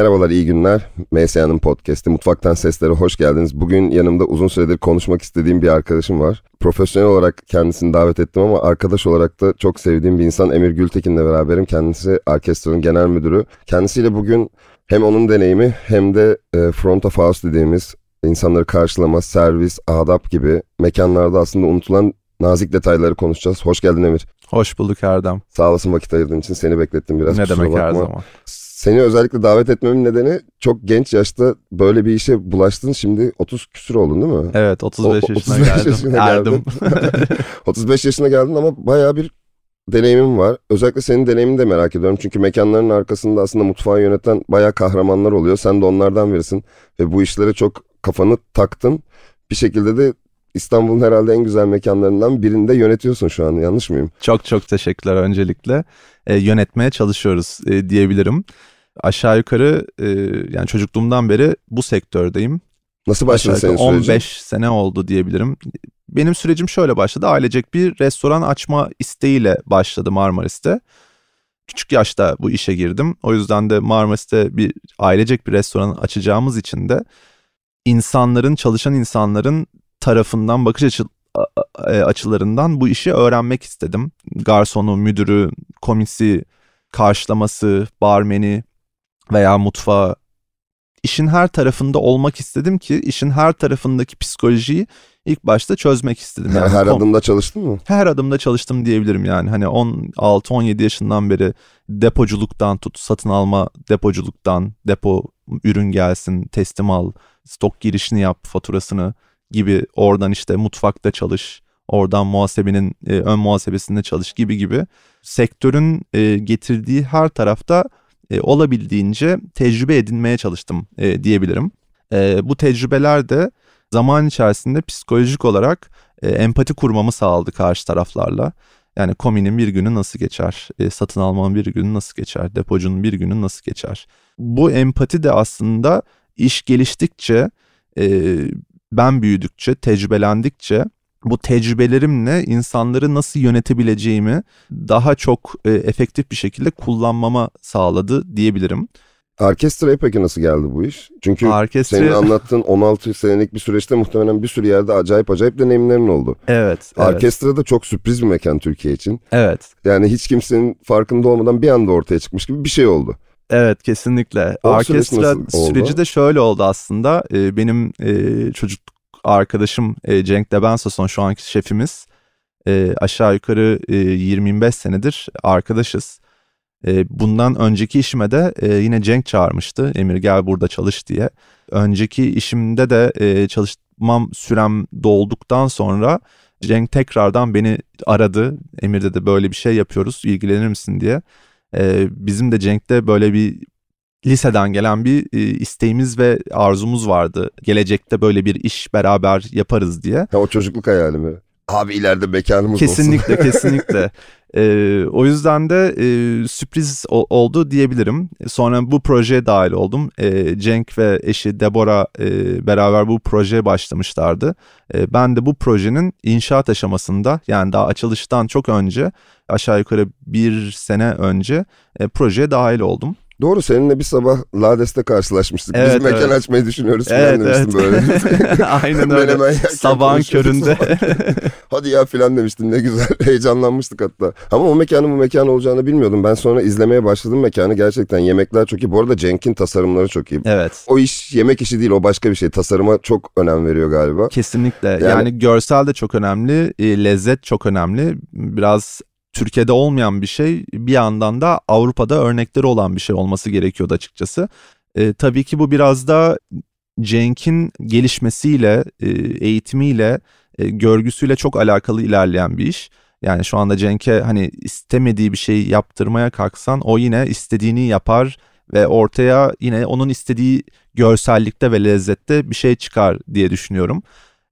Merhabalar, iyi günler. MSA'nın podcast'i Mutfaktan Seslere hoş geldiniz. Bugün yanımda uzun süredir konuşmak istediğim bir arkadaşım var. Profesyonel olarak kendisini davet ettim ama arkadaş olarak da çok sevdiğim bir insan Emir Gültekin'le beraberim. Kendisi orkestranın genel müdürü. Kendisiyle bugün hem onun deneyimi hem de front of house dediğimiz insanları karşılama, servis, adap gibi mekanlarda aslında unutulan nazik detayları konuşacağız. Hoş geldin Emir. Hoş bulduk Erdem. Sağ olasın vakit ayırdığın için. Seni beklettim biraz. Ne demek her zaman. Seni özellikle davet etmemin nedeni çok genç yaşta böyle bir işe bulaştın. Şimdi 30 küsur oldun değil mi? Evet 35 yaşına geldim. Erdim. 35 yaşına geldin ama bayağı bir deneyimim var. Özellikle senin deneyimini de merak ediyorum. Çünkü mekanların arkasında aslında mutfağı yöneten bayağı kahramanlar oluyor. Sen de onlardan birisin. Ve bu işlere çok kafanı taktın. Bir şekilde de İstanbul'un herhalde en güzel mekanlarından birinde yönetiyorsun şu an. Yanlış mıyım? Çok teşekkürler öncelikle. Yönetmeye çalışıyoruz diyebilirim. Aşağı yukarı yani çocukluğumdan beri bu sektördeyim. Nasıl başladı senin sürecin? 15 sene oldu diyebilirim. Benim sürecim şöyle başladı. Ailecek bir restoran açma isteğiyle başladı Marmaris'te. Küçük yaşta bu işe girdim. O yüzden de Marmaris'te ailecek bir restoran açacağımız için de çalışan insanların tarafından bakış açılarından bu işi öğrenmek istedim. Garsonu, müdürü, komisi, karşılaması, barmeni veya mutfağı, işin her tarafında olmak istedim ki işin her tarafındaki psikolojiyi ilk başta çözmek istedim. Yani her adımda çalıştın mı? Her adımda çalıştım diyebilirim yani. Hani 16-17 yaşından beri depoculuktan tut, satın alma depoculuktan, depo ürün gelsin, teslim al, stok girişini yap, faturasını gibi, oradan işte mutfakta çalış, oradan muhasebenin ön muhasebesinde çalış gibi sektörün getirdiği her tarafta olabildiğince tecrübe edinmeye çalıştım diyebilirim. Bu tecrübeler de zaman içerisinde psikolojik olarak empati kurmamı sağladı karşı taraflarla. Yani kominin bir günü nasıl geçer, satın almanın bir günü nasıl geçer, depocunun bir günü nasıl geçer. Bu empati de aslında iş geliştikçe, ben büyüdükçe, tecrübelendikçe bu tecrübelerimle insanları nasıl yönetebileceğimi daha çok efektif bir şekilde kullanmama sağladı diyebilirim. Orkestraya peki nasıl geldi bu iş? Çünkü senin anlattığın 16 senelik bir süreçte muhtemelen bir sürü yerde acayip deneyimlerin oldu. Evet. Orkestra da çok sürpriz bir mekan Türkiye için. Evet. Yani hiç kimsenin farkında olmadan bir anda ortaya çıkmış gibi bir şey oldu. Evet, kesinlikle. Orkestra süreci de şöyle oldu aslında. Benim çocukluk arkadaşım Cenk Debensason, şu anki şefimiz. Aşağı yukarı 25 senedir arkadaşız. Bundan önceki işime de yine Cenk çağırmıştı. Emir gel burada çalış diye. Önceki işimde de çalışmam sürem dolduktan sonra Cenk tekrardan beni aradı. Emir dedi böyle bir şey yapıyoruz, ilgilenir misin diye. Bizim de Cenk'te böyle bir liseden gelen bir isteğimiz ve arzumuz vardı. Gelecekte böyle bir iş beraber yaparız diye. O çocukluk hayali mi? Abi ileride mekanımız kesinlikle, olsun. Kesinlikle. O yüzden de sürpriz oldu diyebilirim. Sonra bu projeye dahil oldum. Cenk ve eşi Deborah beraber bu projeye başlamışlardı. Ben de bu projenin inşaat aşamasında, yani daha açılıştan çok önce, aşağı yukarı bir sene önce projeye dahil oldum. Doğru, seninle bir sabah Lades'te karşılaşmıştık. Evet, biz mekan açmayı düşünüyoruz falan demiştin böyle. Aynen öyle. Sabahın köründe. Hadi ya falan demiştin, ne güzel. Heyecanlanmıştık hatta. Ama o mekanın bu mekan olacağını bilmiyordum. Ben sonra izlemeye başladım mekanı. Gerçekten yemekler çok iyi. Bu arada Cenk'in tasarımları çok iyi. Evet. O iş yemek işi değil, o başka bir şey. Tasarıma çok önem veriyor galiba. Kesinlikle. Yani görsel de çok önemli. Lezzet çok önemli. Biraz Türkiye'de olmayan bir şey, bir yandan da Avrupa'da örnekleri olan bir şey olması gerekiyordu açıkçası. Tabii ki bu biraz da Cenk'in gelişmesiyle, eğitimiyle, görgüsüyle çok alakalı ilerleyen bir iş. Yani şu anda Cenk'e hani istemediği bir şey yaptırmaya kalksan o yine istediğini yapar ve ortaya yine onun istediği görsellikte ve lezzette bir şey çıkar diye düşünüyorum.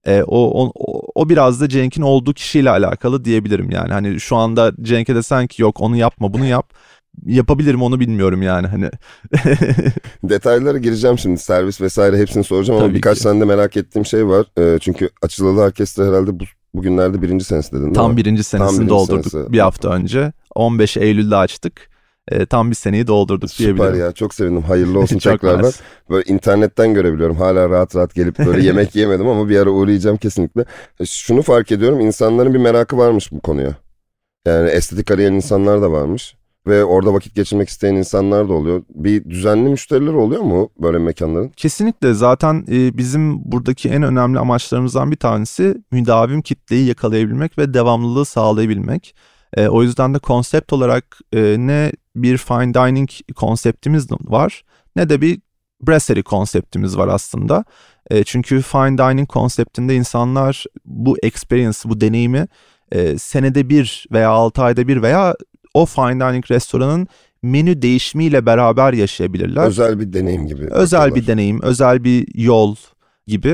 O biraz da Cenk'in olduğu kişiyle alakalı diyebilirim yani. Hani şu anda Cenk'e desen ki yok onu yapma bunu yap, yapabilirim, onu bilmiyorum yani hani. Detaylara gireceğim şimdi, servis vesaire hepsini soracağım ama birkaç tane de merak ettiğim şey var. Çünkü açılalı orkestra herhalde bugünlerde 1. senesi dedin değil mi? Tam 1. senesini doldurduk bir hafta önce. 15 Eylül'de açtık. tam bir seneyi doldurduk diyebilirim. Süper ya, çok sevindim. Hayırlı olsun Çok tekrardan. nice. Böyle internetten görebiliyorum. Hala rahat rahat gelip böyle yemek yemedim ama bir ara uğrayacağım kesinlikle. Şunu fark ediyorum, insanların bir merakı varmış bu konuya. Yani estetik arayan insanlar da varmış. Ve orada vakit geçirmek isteyen insanlar da oluyor. Bir düzenli müşteriler oluyor mu böyle mekanların? Kesinlikle, zaten bizim buradaki en önemli amaçlarımızdan bir tanesi müdavim kitleyi yakalayabilmek ve devamlılığı sağlayabilmek. O yüzden de konsept olarak ne bir fine dining konseptimiz var ne de bir brasserie konseptimiz var aslında. Çünkü fine dining konseptinde insanlar bu experience, bu deneyimi senede bir veya 6 ayda bir veya o fine dining restoranın menü değişimiyle beraber yaşayabilirler. Özel bir deneyim gibi. Özel bir deneyim, özel bir yol gibi.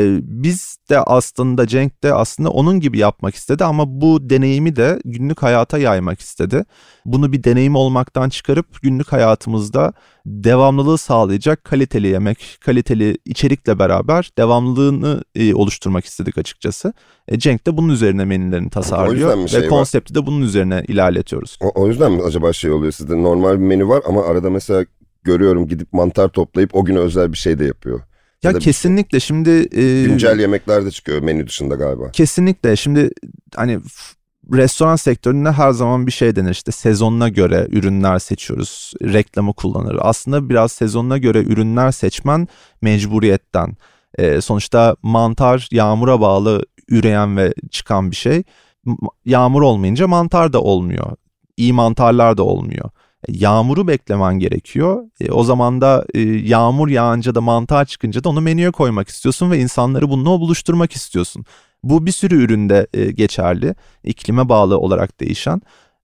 Biz de aslında, Cenk de aslında onun gibi yapmak istedi ama bu deneyimi de günlük hayata yaymak istedi. Bunu bir deneyim olmaktan çıkarıp günlük hayatımızda devamlılığı sağlayacak kaliteli yemek, kaliteli içerikle beraber devamlılığını oluşturmak istedik açıkçası. Cenk de bunun üzerine menülerini tasarlıyor ve konsepti de bunun üzerine ilerletiyoruz. O yüzden mi acaba şey oluyor sizde? Normal bir menü var ama arada mesela görüyorum gidip mantar toplayıp o güne özel bir şey de yapıyor. Ya kesinlikle şimdi... güncel yemekler de çıkıyor menü dışında galiba. Kesinlikle, şimdi hani restoran sektöründe her zaman bir şey denir, işte sezonuna göre ürünler seçiyoruz, reklamı kullanır. Aslında biraz sezonuna göre ürünler seçmen mecburiyetten. Sonuçta mantar yağmura bağlı üreyen ve çıkan bir şey. Yağmur olmayınca mantar da olmuyor. İyi mantarlar da olmuyor. Yağmuru beklemen gerekiyor. O zaman da yağmur yağınca da mantar çıkınca da onu menüye koymak istiyorsun ve insanları bununla buluşturmak istiyorsun. Bu bir sürü üründe geçerli. İklime bağlı olarak değişen.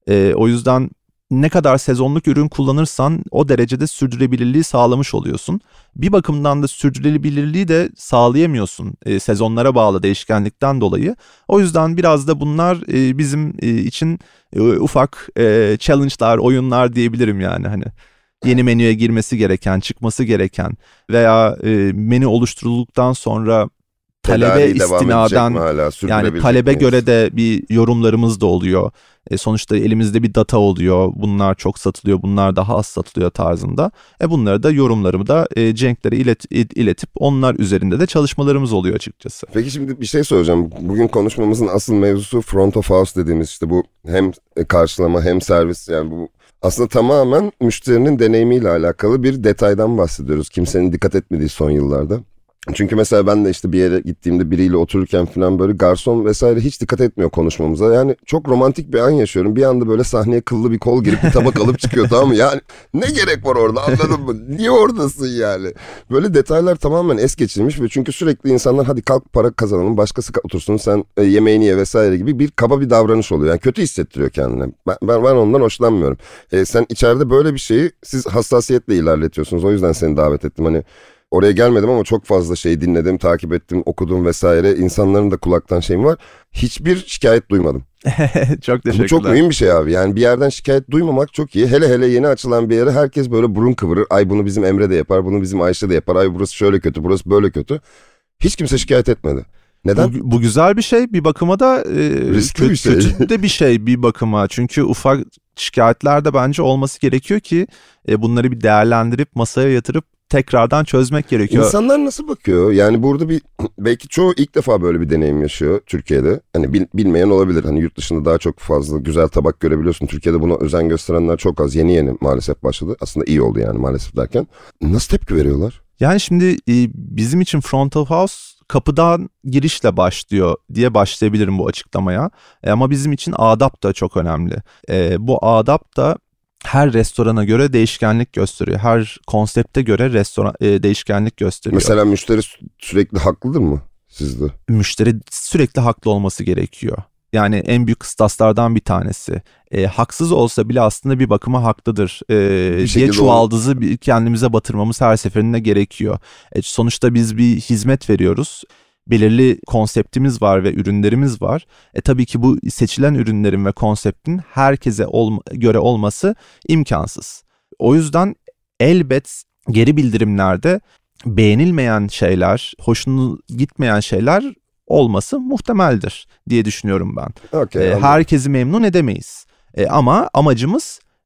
O yüzden ne kadar sezonluk ürün kullanırsan o derecede sürdürülebilirliği sağlamış oluyorsun. Bir bakımdan da sürdürülebilirliği de sağlayamıyorsun sezonlara bağlı değişkenlikten dolayı. O yüzden biraz da bunlar bizim için ufak challenge'lar, oyunlar diyebilirim yani. Hani yeni menüye girmesi gereken, çıkması gereken veya menü oluşturulduktan sonra talebe istinaden, yani talebe göre de bir yorumlarımız da oluyor. Sonuçta elimizde bir data oluyor. Bunlar çok satılıyor, bunlar daha az satılıyor tarzında. Bunları da, yorumlarımı da Cenk'lere iletip onlar üzerinde de çalışmalarımız oluyor açıkçası. Peki şimdi bir şey soracağım. Bugün konuşmamızın asıl mevzusu front of house dediğimiz, işte bu hem karşılama hem servis, yani bu aslında tamamen müşterinin deneyimiyle alakalı bir detaydan bahsediyoruz. Kimsenin dikkat etmediği son yıllarda. Çünkü mesela ben de işte bir yere gittiğimde biriyle otururken falan böyle garson vesaire hiç dikkat etmiyor konuşmamıza. Yani çok romantik bir an yaşıyorum. Bir anda böyle sahneye kıllı bir kol girip bir tabak alıp çıkıyor, tamam mı? Yani ne gerek var orada, anladın mı? Niye oradasın yani? Böyle detaylar tamamen es geçilmiş ve çünkü sürekli insanlar hadi kalk para kazanalım, başkası otursun sen yemeğini ye vesaire gibi bir kaba bir davranış oluyor. Yani kötü hissettiriyor kendine. Ben ondan hoşlanmıyorum. Sen içeride böyle bir şeyi siz hassasiyetle ilerletiyorsunuz. O yüzden seni davet ettim. Hani oraya gelmedim ama çok fazla şey dinledim, takip ettim, okudum vesaire. İnsanların da kulaktan şeyim var. Hiçbir şikayet duymadım. Çok teşekkürler. Bu çok mühim bir şey abi. Yani bir yerden şikayet duymamak çok iyi. Hele hele yeni açılan bir yere herkes böyle burun kıvırır. Ay bunu bizim Emre de yapar, bunu bizim Ayşe de yapar. Ay burası şöyle kötü, burası böyle kötü. Hiç kimse şikayet etmedi. Neden? Bu güzel bir şey, bir bakıma da riskli bir şey. Kötü de bir şey bir bakıma. Çünkü ufak şikayetler de bence olması gerekiyor ki bunları bir değerlendirip masaya yatırıp tekrardan çözmek gerekiyor. İnsanlar nasıl bakıyor? Yani burada belki çoğu ilk defa böyle bir deneyim yaşıyor Türkiye'de. Hani bilmeyen olabilir. Hani yurt dışında daha çok fazla güzel tabak görebiliyorsun. Türkiye'de buna özen gösterenler çok az. Yeni maalesef başladı. Aslında iyi oldu yani maalesef derken. Nasıl tepki veriyorlar? Yani şimdi bizim için front of house kapıdan girişle başlıyor diye başlayabilirim bu açıklamaya. Ama bizim için adap da çok önemli. Bu adap da her restorana göre değişkenlik gösteriyor. Her konsepte göre değişkenlik gösteriyor. Mesela müşteri sürekli haklıdır mı sizde? Müşteri sürekli haklı olması gerekiyor. Yani en büyük kıstaslardan bir tanesi. Haksız olsa bile aslında bir bakıma haklıdır diye çuvaldızı kendimize batırmamız her seferinde gerekiyor. Sonuçta biz bir hizmet veriyoruz. Belirli konseptimiz var ve ürünlerimiz var. Tabii ki bu seçilen ürünlerin ve konseptin herkese göre olması imkansız. O yüzden elbet geri bildirimlerde beğenilmeyen şeyler, hoşuna gitmeyen şeyler olması muhtemeldir diye düşünüyorum ben. Okay, herkesi memnun edemeyiz. Ama amacımız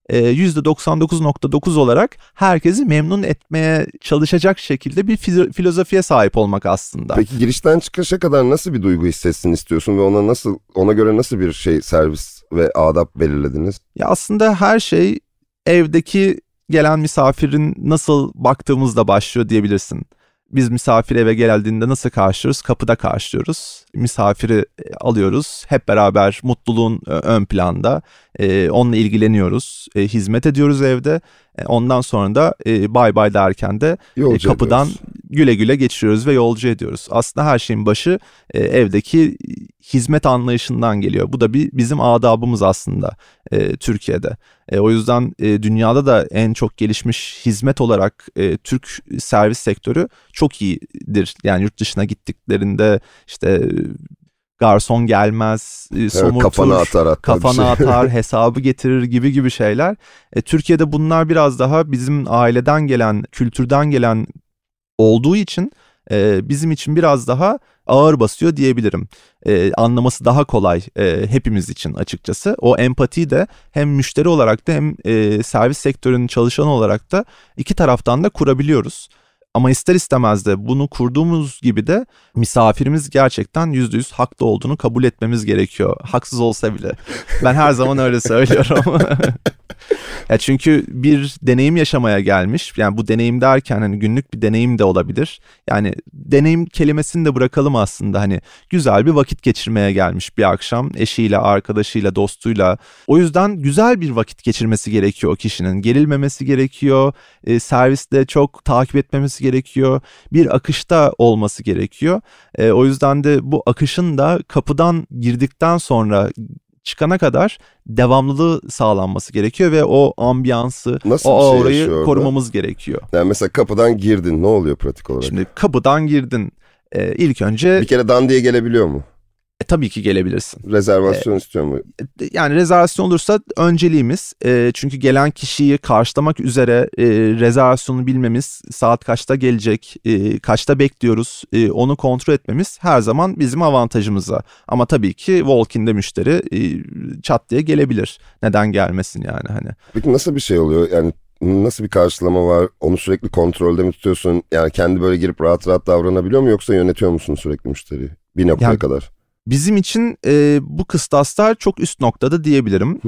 %99.9 olarak herkesi memnun etmeye çalışacak şekilde bir filozofiye sahip olmak aslında. Peki girişten çıkışa kadar nasıl bir duygu hissetsin istiyorsun ve ona göre nasıl bir servis ve adap belirlediniz? Ya aslında her şey evdeki gelen misafirin nasıl baktığımızla başlıyor diyebilirsin. Biz misafir eve geldiğinde nasıl karşılıyoruz? Kapıda karşılıyoruz. Misafiri alıyoruz. Hep beraber mutluluğun ön planda. Onunla ilgileniyoruz. Hizmet ediyoruz evde. Ondan sonra da bay bay derken de kapıdan ediyoruz. Güle güle geçiriyoruz ve yolcu ediyoruz. Aslında her şeyin başı evdeki hizmet anlayışından geliyor. Bu da bizim adabımız aslında Türkiye'de. O yüzden dünyada da en çok gelişmiş hizmet olarak Türk servis sektörü çok iyidir. Yani yurt dışına gittiklerinde işte garson gelmez, somurtur, kafana atar, hesabı getirir gibi şeyler. Türkiye'de bunlar biraz daha bizim aileden gelen, kültürden gelen olduğu için bizim için biraz daha ağır basıyor diyebilirim. Anlaması daha kolay hepimiz için açıkçası. O empatiyi de hem müşteri olarak da hem servis sektörünün çalışanı olarak da iki taraftan da kurabiliyoruz. Ama ister istemez de bunu kurduğumuz gibi de misafirimiz gerçekten %100 haklı olduğunu kabul etmemiz gerekiyor. Haksız olsa bile. Ben her zaman öyle söylüyorum. Ya çünkü bir deneyim yaşamaya gelmiş. Yani bu deneyim derken hani günlük bir deneyim de olabilir. Yani deneyim kelimesini de bırakalım aslında. Hani güzel bir vakit geçirmeye gelmiş bir akşam eşiyle, arkadaşıyla, dostuyla. O yüzden güzel bir vakit geçirmesi gerekiyor o kişinin. Gerilmemesi gerekiyor. Serviste çok takip etmemesi gerekiyor. Bir akışta olması gerekiyor. O yüzden de bu akışın da kapıdan girdikten sonra çıkana kadar devamlılığı sağlanması gerekiyor ve o ambiyansı, nasıl o aurayı korumamız gerekiyor. Yani mesela kapıdan girdin, ne oluyor pratik olarak? Şimdi kapıdan girdin. İlk önce... Bir kere dan diye gelebiliyor mu? Tabii ki gelebilirsin. Rezervasyon istiyor mu? Yani rezervasyon olursa önceliğimiz. Çünkü gelen kişiyi karşılamak üzere rezervasyonu bilmemiz, saat kaçta gelecek, kaçta bekliyoruz, onu kontrol etmemiz her zaman bizim avantajımıza. Ama tabii ki walk-in'de müşteri çat diye gelebilir. Neden gelmesin yani hani. Peki nasıl bir şey oluyor? Yani nasıl bir karşılama var? Onu sürekli kontrolde mi tutuyorsun? Yani kendi böyle girip rahat rahat davranabiliyor mu yoksa yönetiyor musun sürekli müşteriyi? Bir noktaya kadar. Bizim için bu kıstaslar çok üst noktada diyebilirim.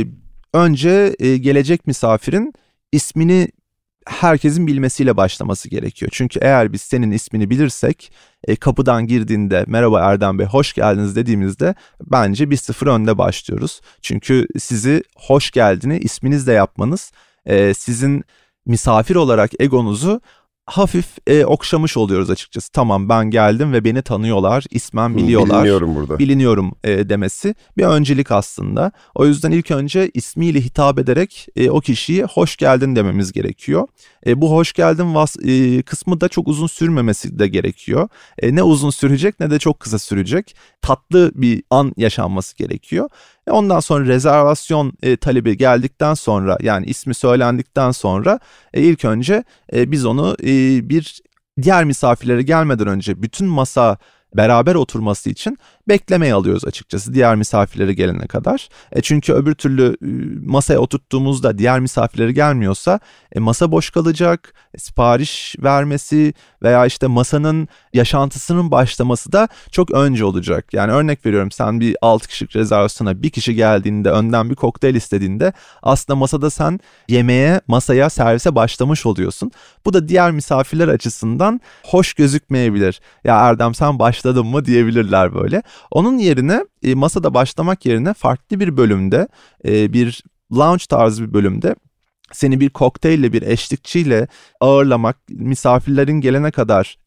Önce gelecek misafirin ismini herkesin bilmesiyle başlaması gerekiyor. Çünkü eğer biz senin ismini bilirsek kapıdan girdiğinde merhaba Erdem Bey hoş geldiniz dediğimizde bence 1-0 önde başlıyoruz. Çünkü sizi hoş geldini isminizle yapmanız sizin misafir olarak egonuzu hafif okşamış oluyoruz açıkçası. Tamam ben geldim ve beni tanıyorlar, ismen biliyorlar. Biliniyorum burada. Biliniyorum demesi bir öncelik aslında. O yüzden ilk önce ismiyle hitap ederek o kişiye hoş geldin dememiz gerekiyor. Bu hoş geldin kısmı da çok uzun sürmemesi de gerekiyor. Ne uzun sürecek ne de çok kısa sürecek. Tatlı bir an yaşanması gerekiyor. Ondan sonra rezervasyon talebi geldikten sonra yani ismi söylendikten sonra ilk önce biz onu bir diğer misafirlere gelmeden önce bütün masa beraber oturması için beklemeye alıyoruz açıkçası diğer misafirleri gelene kadar. Çünkü öbür türlü masaya oturttuğumuzda diğer misafirleri gelmiyorsa masa boş kalacak, sipariş vermesi veya işte masanın yaşantısının başlaması da çok önce olacak. Yani örnek veriyorum sen bir 6 kişilik rezervasyona bir kişi geldiğinde önden bir kokteyl istediğinde aslında masada sen masaya, servise başlamış oluyorsun. Bu da diğer misafirler açısından hoş gözükmeyebilir. Ya Erdem sen başladın mı diyebilirler böyle. Onun yerine masada başlamak yerine farklı bir bölümde bir lounge tarzı bir bölümde seni bir kokteylle bir eşlikçiyle ağırlamak, misafirlerin gelene kadar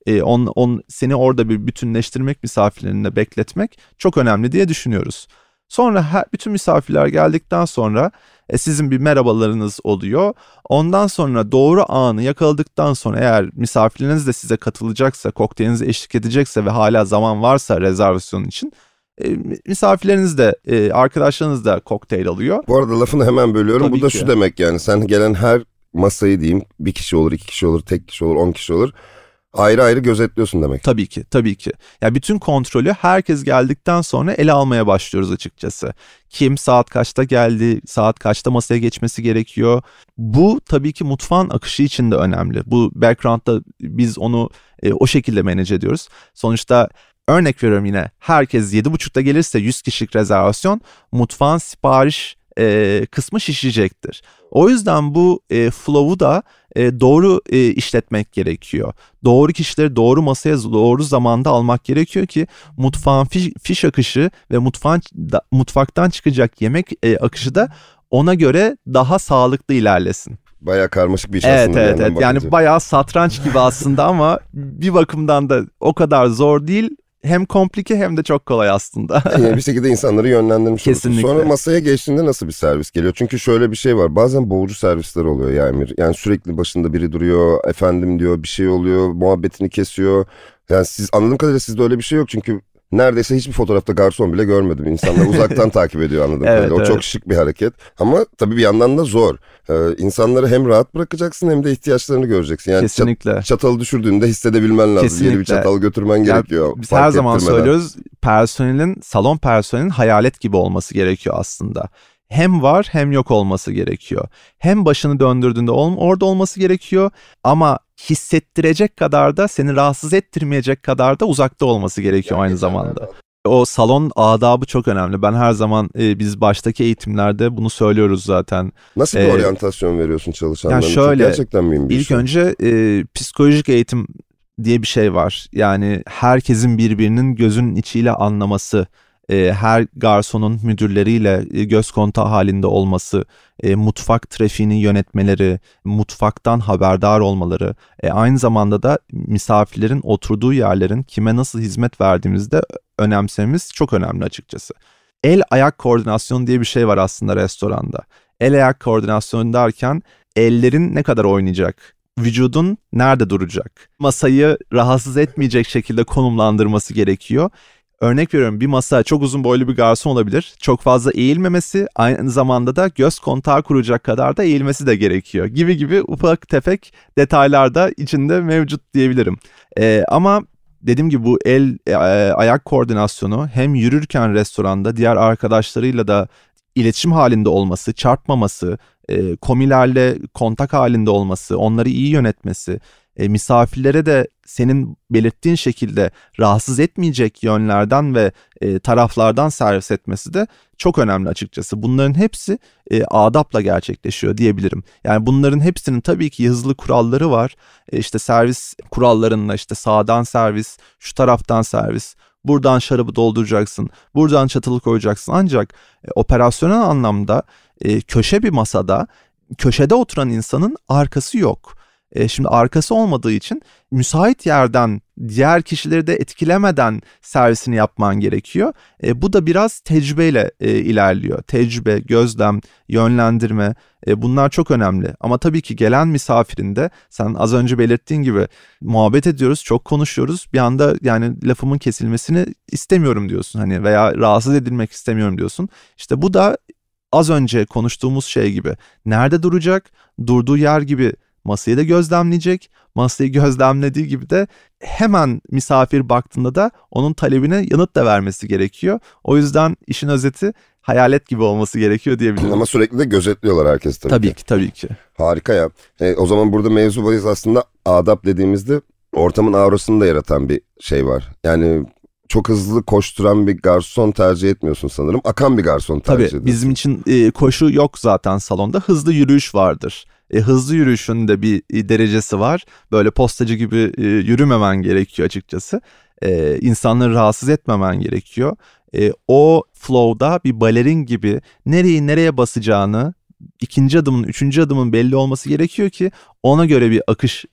seni orada bir bütünleştirmek, misafirlerinle bekletmek çok önemli diye düşünüyoruz. Sonra bütün misafirler geldikten sonra sizin bir merhabalarınız oluyor. Ondan sonra doğru anı yakaladıktan sonra eğer misafirleriniz de size katılacaksa, kokteylinize eşlik edecekse ve hala zaman varsa rezervasyon için misafirleriniz de arkadaşlarınız da kokteyl alıyor. Bu arada lafını hemen bölüyorum. Tabii bu da ki. Şu demek yani sen gelen her masayı diyeyim bir kişi olur, 2 kişi olur, tek kişi olur, 10 kişi olur. Ayrı ayrı gözetliyorsun demek. Tabii ki, tabii ki. Ya bütün kontrolü herkes geldikten sonra ele almaya başlıyoruz açıkçası. Kim saat kaçta geldi, saat kaçta masaya geçmesi gerekiyor. Bu tabii ki mutfağın akışı için de önemli. Bu background'da biz onu o şekilde manage ediyoruz. Sonuçta örnek veriyorum yine, herkes 7.30'da gelirse 100 kişilik rezervasyon, mutfağın sipariş kısmı şişecektir. O yüzden bu flow'u da doğru işletmek gerekiyor. Doğru kişileri doğru masaya doğru zamanda almak gerekiyor ki mutfağın fiş akışı ve mutfaktan çıkacak yemek akışı da ona göre daha sağlıklı ilerlesin. Bayağı karmaşık bir iş evet, aslında. Evet. Yani bayağı satranç gibi aslında ama bir bakımdan da o kadar zor değil. Hem komplike hem de çok kolay aslında. Yani bir şekilde insanları yönlendirmiş Kesinlikle. olursun. Sonra masaya geçtiğinde nasıl bir servis geliyor? Çünkü şöyle bir şey var. Bazen boğucu servisler oluyor ya Emir. Yani sürekli başında biri duruyor. Efendim diyor, bir şey oluyor. Muhabbetini kesiyor. Yani siz, anladığım kadarıyla sizde öyle bir şey yok. Çünkü neredeyse hiçbir fotoğrafta garson bile görmedim. İnsanlar uzaktan takip ediyor anladığım kadarıyla. O çok şık bir hareket. Ama tabii bir yandan da zor. İnsanları hem rahat bırakacaksın hem de ihtiyaçlarını göreceksin. Yani kesinlikle. Çatalı düşürdüğünde hissedebilmen lazım. Kesinlikle. Yeni bir çatal götürmen gerekiyor. Biz her zaman söylüyoruz, salon personelin hayalet gibi olması gerekiyor aslında. Hem var hem yok olması gerekiyor. Hem başını döndürdüğünde orada olması gerekiyor ama hissettirecek kadar da, seni rahatsız ettirmeyecek kadar da uzakta olması gerekiyor aynı zamanda. O salon adabı çok önemli. Ben her zaman biz baştaki eğitimlerde bunu söylüyoruz zaten. Nasıl bir oryantasyon veriyorsun çalışanlarına? Yani şöyle, gerçekten mühim bir ilk önce psikolojik eğitim diye bir şey var. Yani herkesin birbirinin gözünün içiyle anlaması, her garsonun müdürleriyle göz kontağı halinde olması, mutfak trafiğini yönetmeleri, mutfaktan haberdar olmaları, aynı zamanda da misafirlerin oturduğu yerlerin kime nasıl hizmet verdiğimizde önemsememiz çok önemli açıkçası. El ayak koordinasyonu diye bir şey var aslında restoranda. El ayak koordinasyonu derken ellerin ne kadar oynayacak, vücudun nerede duracak, masayı rahatsız etmeyecek şekilde konumlandırması gerekiyor. Örnek veriyorum, bir masa çok uzun boylu bir garson olabilir. Çok fazla eğilmemesi, aynı zamanda da göz kontağı kuracak kadar da eğilmesi de gerekiyor. Gibi ufak tefek detaylar da içinde mevcut diyebilirim. Ama dediğim gibi bu ayak koordinasyonu hem yürürken restoranda diğer arkadaşlarıyla da iletişim halinde olması, çarpmaması, komilerle kontak halinde olması, onları iyi yönetmesi, misafirlere de senin belirttiğin şekilde rahatsız etmeyecek yönlerden ve taraflardan servis etmesi de çok önemli açıkçası. Bunların hepsi adapla gerçekleşiyor diyebilirim. Yani bunların hepsinin tabii ki yazılı kuralları var. İşte servis kurallarında işte sağdan servis, şu taraftan servis, buradan şarabı dolduracaksın, buradan çatalı koyacaksın. Ancak operasyonel anlamda köşe bir masada, köşede oturan insanın arkası yok. Şimdi arkası olmadığı için müsait yerden diğer kişileri de etkilemeden servisini yapman gerekiyor. Bu da biraz tecrübeyle ilerliyor. Tecrübe, gözlem, yönlendirme, bunlar çok önemli. Ama tabii ki gelen misafirin de sen az önce belirttiğin gibi muhabbet ediyoruz, çok konuşuyoruz. Bir anda yani lafımın kesilmesini istemiyorum diyorsun hani, veya rahatsız edilmek istemiyorum diyorsun. İşte bu da az önce konuştuğumuz şey gibi. Nerede duracak? Durduğu yer gibi masayı da gözlemleyecek. Masayı gözlemlediği gibi de hemen misafir baktığında da onun talebine yanıt da vermesi gerekiyor. O yüzden işin özeti hayalet gibi olması gerekiyor diyebilirim. Ama sürekli de gözetliyorlar herkes tabii ki. Tabii ki. Harika ya. O zaman burada mevzu bahis aslında adap dediğimizde ortamın aurasını da yaratan bir şey var. Yani çok hızlı koşturan bir garson tercih etmiyorsun sanırım. Akan bir garson tercih ediyorsun. Tabii bizim için koşu yok zaten salonda. Hızlı yürüyüş vardır. Hızlı yürüyüşün de bir derecesi var. Böyle postacı gibi yürümemen gerekiyor açıkçası. İnsanları rahatsız etmemen gerekiyor. O flow'da bir balerin gibi nereye basacağını, ikinci adımın, üçüncü adımın belli olması gerekiyor ki ona göre bir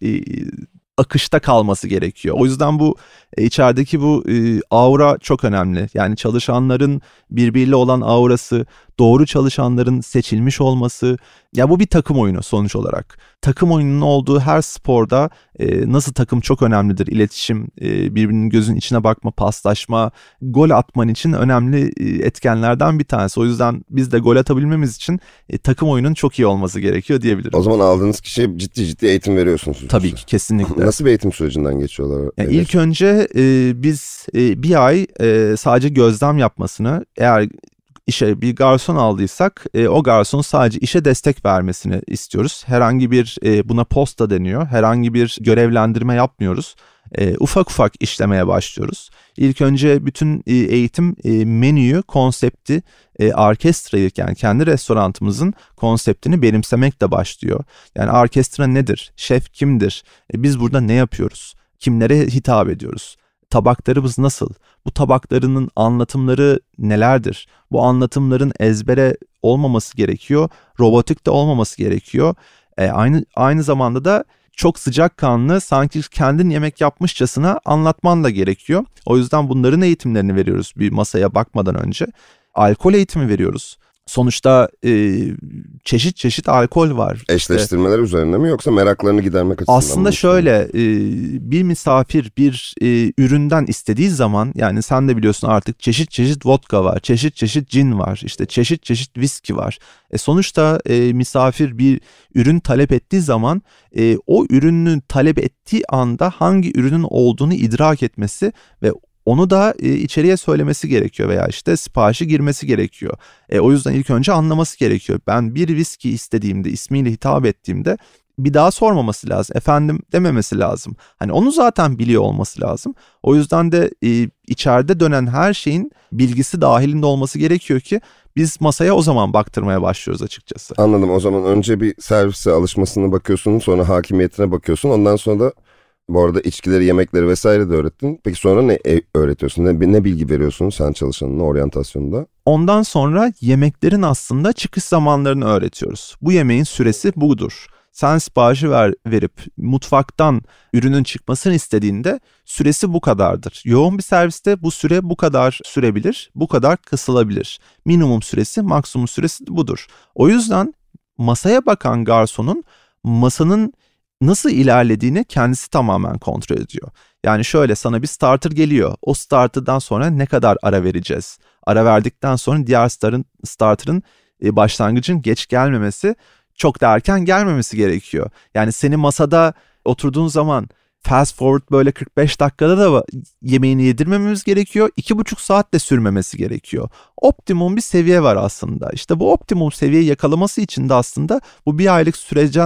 akışta kalması gerekiyor. O yüzden bu içerideki bu aura çok önemli. Yani çalışanların birbiriyle olan aurası, doğru çalışanların seçilmiş olması. Ya bu bir takım oyunu sonuç olarak. Takım oyununun olduğu her sporda nasıl takım çok önemlidir. İletişim, birbirinin gözünün içine bakma, paslaşma, gol atman için önemli etkenlerden bir tanesi. O yüzden biz de gol atabilmemiz için takım oyunun çok iyi olması gerekiyor diyebilirim. O zaman aldığınız kişiye ciddi eğitim veriyorsunuz. Tabii ki, kesinlikle. Nasıl bir eğitim sürecinden geçiyorlar? İlk önce biz bir ay sadece gözlem yapmasını, eğer işe bir garson aldıysak o garson sadece işe destek vermesini istiyoruz. Herhangi bir buna posta deniyor. Herhangi bir görevlendirme yapmıyoruz. Ufak ufak işlemeye başlıyoruz. İlk önce bütün eğitim menüyü, konsepti, orkestrayı, yani kendi restoranımızın konseptini benimsemekle başlıyor. Yani orkestra nedir? Şef kimdir? Biz burada ne yapıyoruz? Kimlere hitap ediyoruz? Tabaklarımız nasıl? Bu tabaklarının anlatımları nelerdir? Bu anlatımların ezbere olmaması gerekiyor. Robotik de olmaması gerekiyor. Aynı zamanda da çok sıcakkanlı, sanki kendin yemek yapmışçasına anlatman da gerekiyor. O yüzden bunların eğitimlerini veriyoruz bir masaya bakmadan önce. Alkol eğitimi veriyoruz. Sonuçta çeşit çeşit alkol var. Eşleştirmeler üzerine mi yoksa meraklarını gidermek açısından mı? Aslında şöyle, bir misafir bir üründen istediği zaman, yani sen de biliyorsun artık çeşit çeşit vodka var, çeşit çeşit cin var, işte çeşit çeşit viski var. Sonuçta misafir bir ürün talep ettiği zaman o ürünün talep ettiği anda hangi ürünün olduğunu idrak etmesi ve onu da içeriye söylemesi gerekiyor veya işte siparişi girmesi gerekiyor. O yüzden ilk önce anlaması gerekiyor. Ben bir viski istediğimde, ismiyle hitap ettiğimde bir daha sormaması lazım. Efendim dememesi lazım. Hani onu zaten biliyor olması lazım. O yüzden de içeride dönen her şeyin bilgisi dahilinde olması gerekiyor ki biz masaya o zaman baktırmaya başlıyoruz açıkçası. Anladım. O zaman önce bir servise alışmasına bakıyorsun, sonra hakimiyetine bakıyorsun. Ondan sonra da bu arada içkileri, yemekleri vesaire de öğrettin. Peki sonra ne öğretiyorsun? Ne bilgi veriyorsun sen çalışanına, oryantasyonunda? Ondan sonra yemeklerin aslında çıkış zamanlarını öğretiyoruz. Bu yemeğin süresi budur. Sen siparişi verip mutfaktan ürünün çıkmasını istediğinde süresi bu kadardır. Yoğun bir serviste bu süre bu kadar sürebilir, bu kadar kısılabilir. Minimum süresi, maksimum süresi budur. O yüzden masaya bakan garsonun masanın nasıl ilerlediğini kendisi tamamen kontrol ediyor. Yani şöyle, sana bir starter geliyor. O starter'dan sonra ne kadar ara vereceğiz? Ara verdikten sonra diğer starter'ın başlangıcın geç gelmemesi, çok da erken gelmemesi gerekiyor. Yani seni masada oturduğun zaman fast forward böyle 45 dakikada da yemeğini yedirmememiz gerekiyor. 2,5 saat de sürmemesi gerekiyor. Optimum bir seviye var aslında. İşte bu optimum seviyeyi yakalaması için de aslında bu bir aylık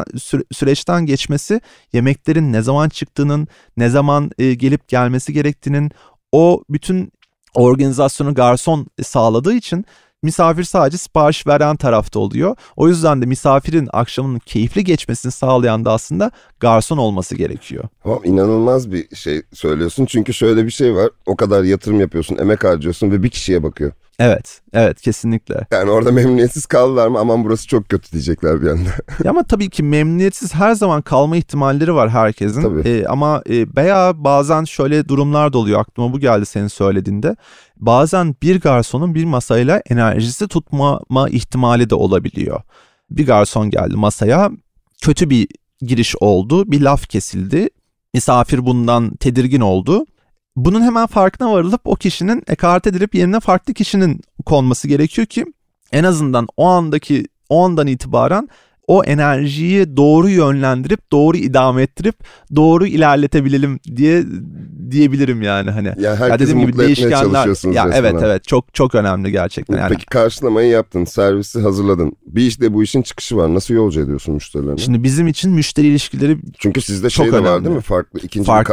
süreçten geçmesi, yemeklerin ne zaman çıktığının, ne zaman gelip gelmesi gerektiğinin, o bütün organizasyonu garson sağladığı için misafir sadece sipariş veren tarafta oluyor. O yüzden de misafirin akşamının keyifli geçmesini sağlayan da aslında garson olması gerekiyor. Tamam, inanılmaz bir şey söylüyorsun. Çünkü şöyle bir şey var. O kadar yatırım yapıyorsun, emek harcıyorsun ve bir kişiye bakıyor. Evet kesinlikle. Yani orada memnuniyetsiz kaldılar mı, aman burası çok kötü diyecekler bir anda. Ama tabii ki memnuniyetsiz her zaman kalma ihtimalleri var herkesin. Ama veya bazen şöyle durumlar da oluyor. Aklıma bu geldi senin söylediğinde. Bazen bir garsonun bir masayla enerjisi tutmama ihtimali de olabiliyor. Bir garson geldi masaya, kötü bir giriş oldu, bir laf kesildi. Misafir bundan tedirgin oldu. Bunun hemen farkına varılıp o kişinin ekarte edilip yerine farklı kişinin konması gerekiyor ki en azından o andan itibaren o enerjiyi doğru yönlendirip, doğru idame ettirip, doğru ilerletebilelim diyebilirim yani hani. Ya herkesi mutlu etmeye çalışıyorsunuz ya resmen. Evet çok önemli gerçekten yani. Peki karşılamayı yaptın, servisi hazırladın. Bir işte bu işin çıkışı var. Nasıl yolcu ediyorsun müşterilerine? Şimdi bizim için müşteri ilişkileri çünkü sizde çok şey de önemli. Var değil mi? Farklı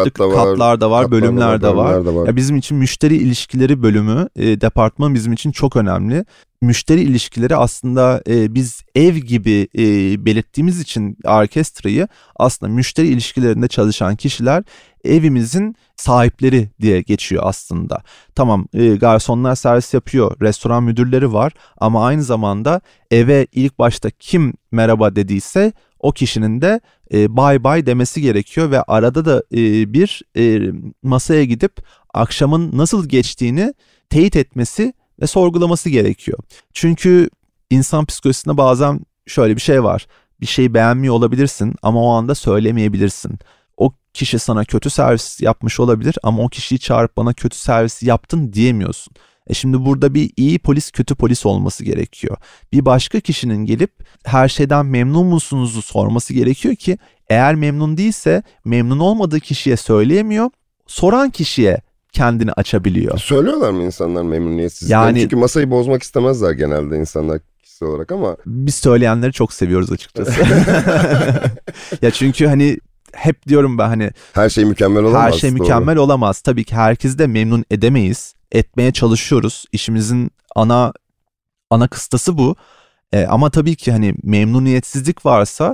katlar da var, bölümler de var. Ya bizim için müşteri ilişkileri bölümü, departman bizim için çok önemli. Müşteri ilişkileri aslında biz ev gibi belirttiğimiz için orkestrayı, aslında müşteri ilişkilerinde çalışan kişiler evimizin sahipleri diye geçiyor aslında. Tamam, garsonlar servis yapıyor, restoran müdürleri var ama aynı zamanda eve ilk başta kim merhaba dediyse o kişinin de bye bye demesi gerekiyor ve arada da bir masaya gidip akşamın nasıl geçtiğini teyit etmesi ve sorgulaması gerekiyor. Çünkü insan psikolojisinde bazen şöyle bir şey var. Bir şeyi beğenmiyor olabilirsin ama o anda söylemeyebilirsin. O kişi sana kötü servis yapmış olabilir ama o kişiyi çağırıp bana kötü servis yaptın diyemiyorsun. Şimdi burada bir iyi polis kötü polis olması gerekiyor. Bir başka kişinin gelip her şeyden memnun musunuzu sorması gerekiyor ki eğer memnun değilse memnun olmadığı kişiye söyleyemiyor. Soran kişiye kendini açabiliyor. Söylüyorlar mı insanlar memnuniyetsiz? Yani çünkü masayı bozmak istemezler genelde insanlar kişisel olarak ama. Biz söyleyenleri çok seviyoruz açıkçası. Ya çünkü hani hep diyorum ben hani her şey mükemmel olamaz. Her şey mükemmel olamaz. Tabii ki herkesi de memnun edemeyiz. Etmeye çalışıyoruz. İşimizin ana kıstası bu. Ama tabii ki hani memnuniyetsizlik varsa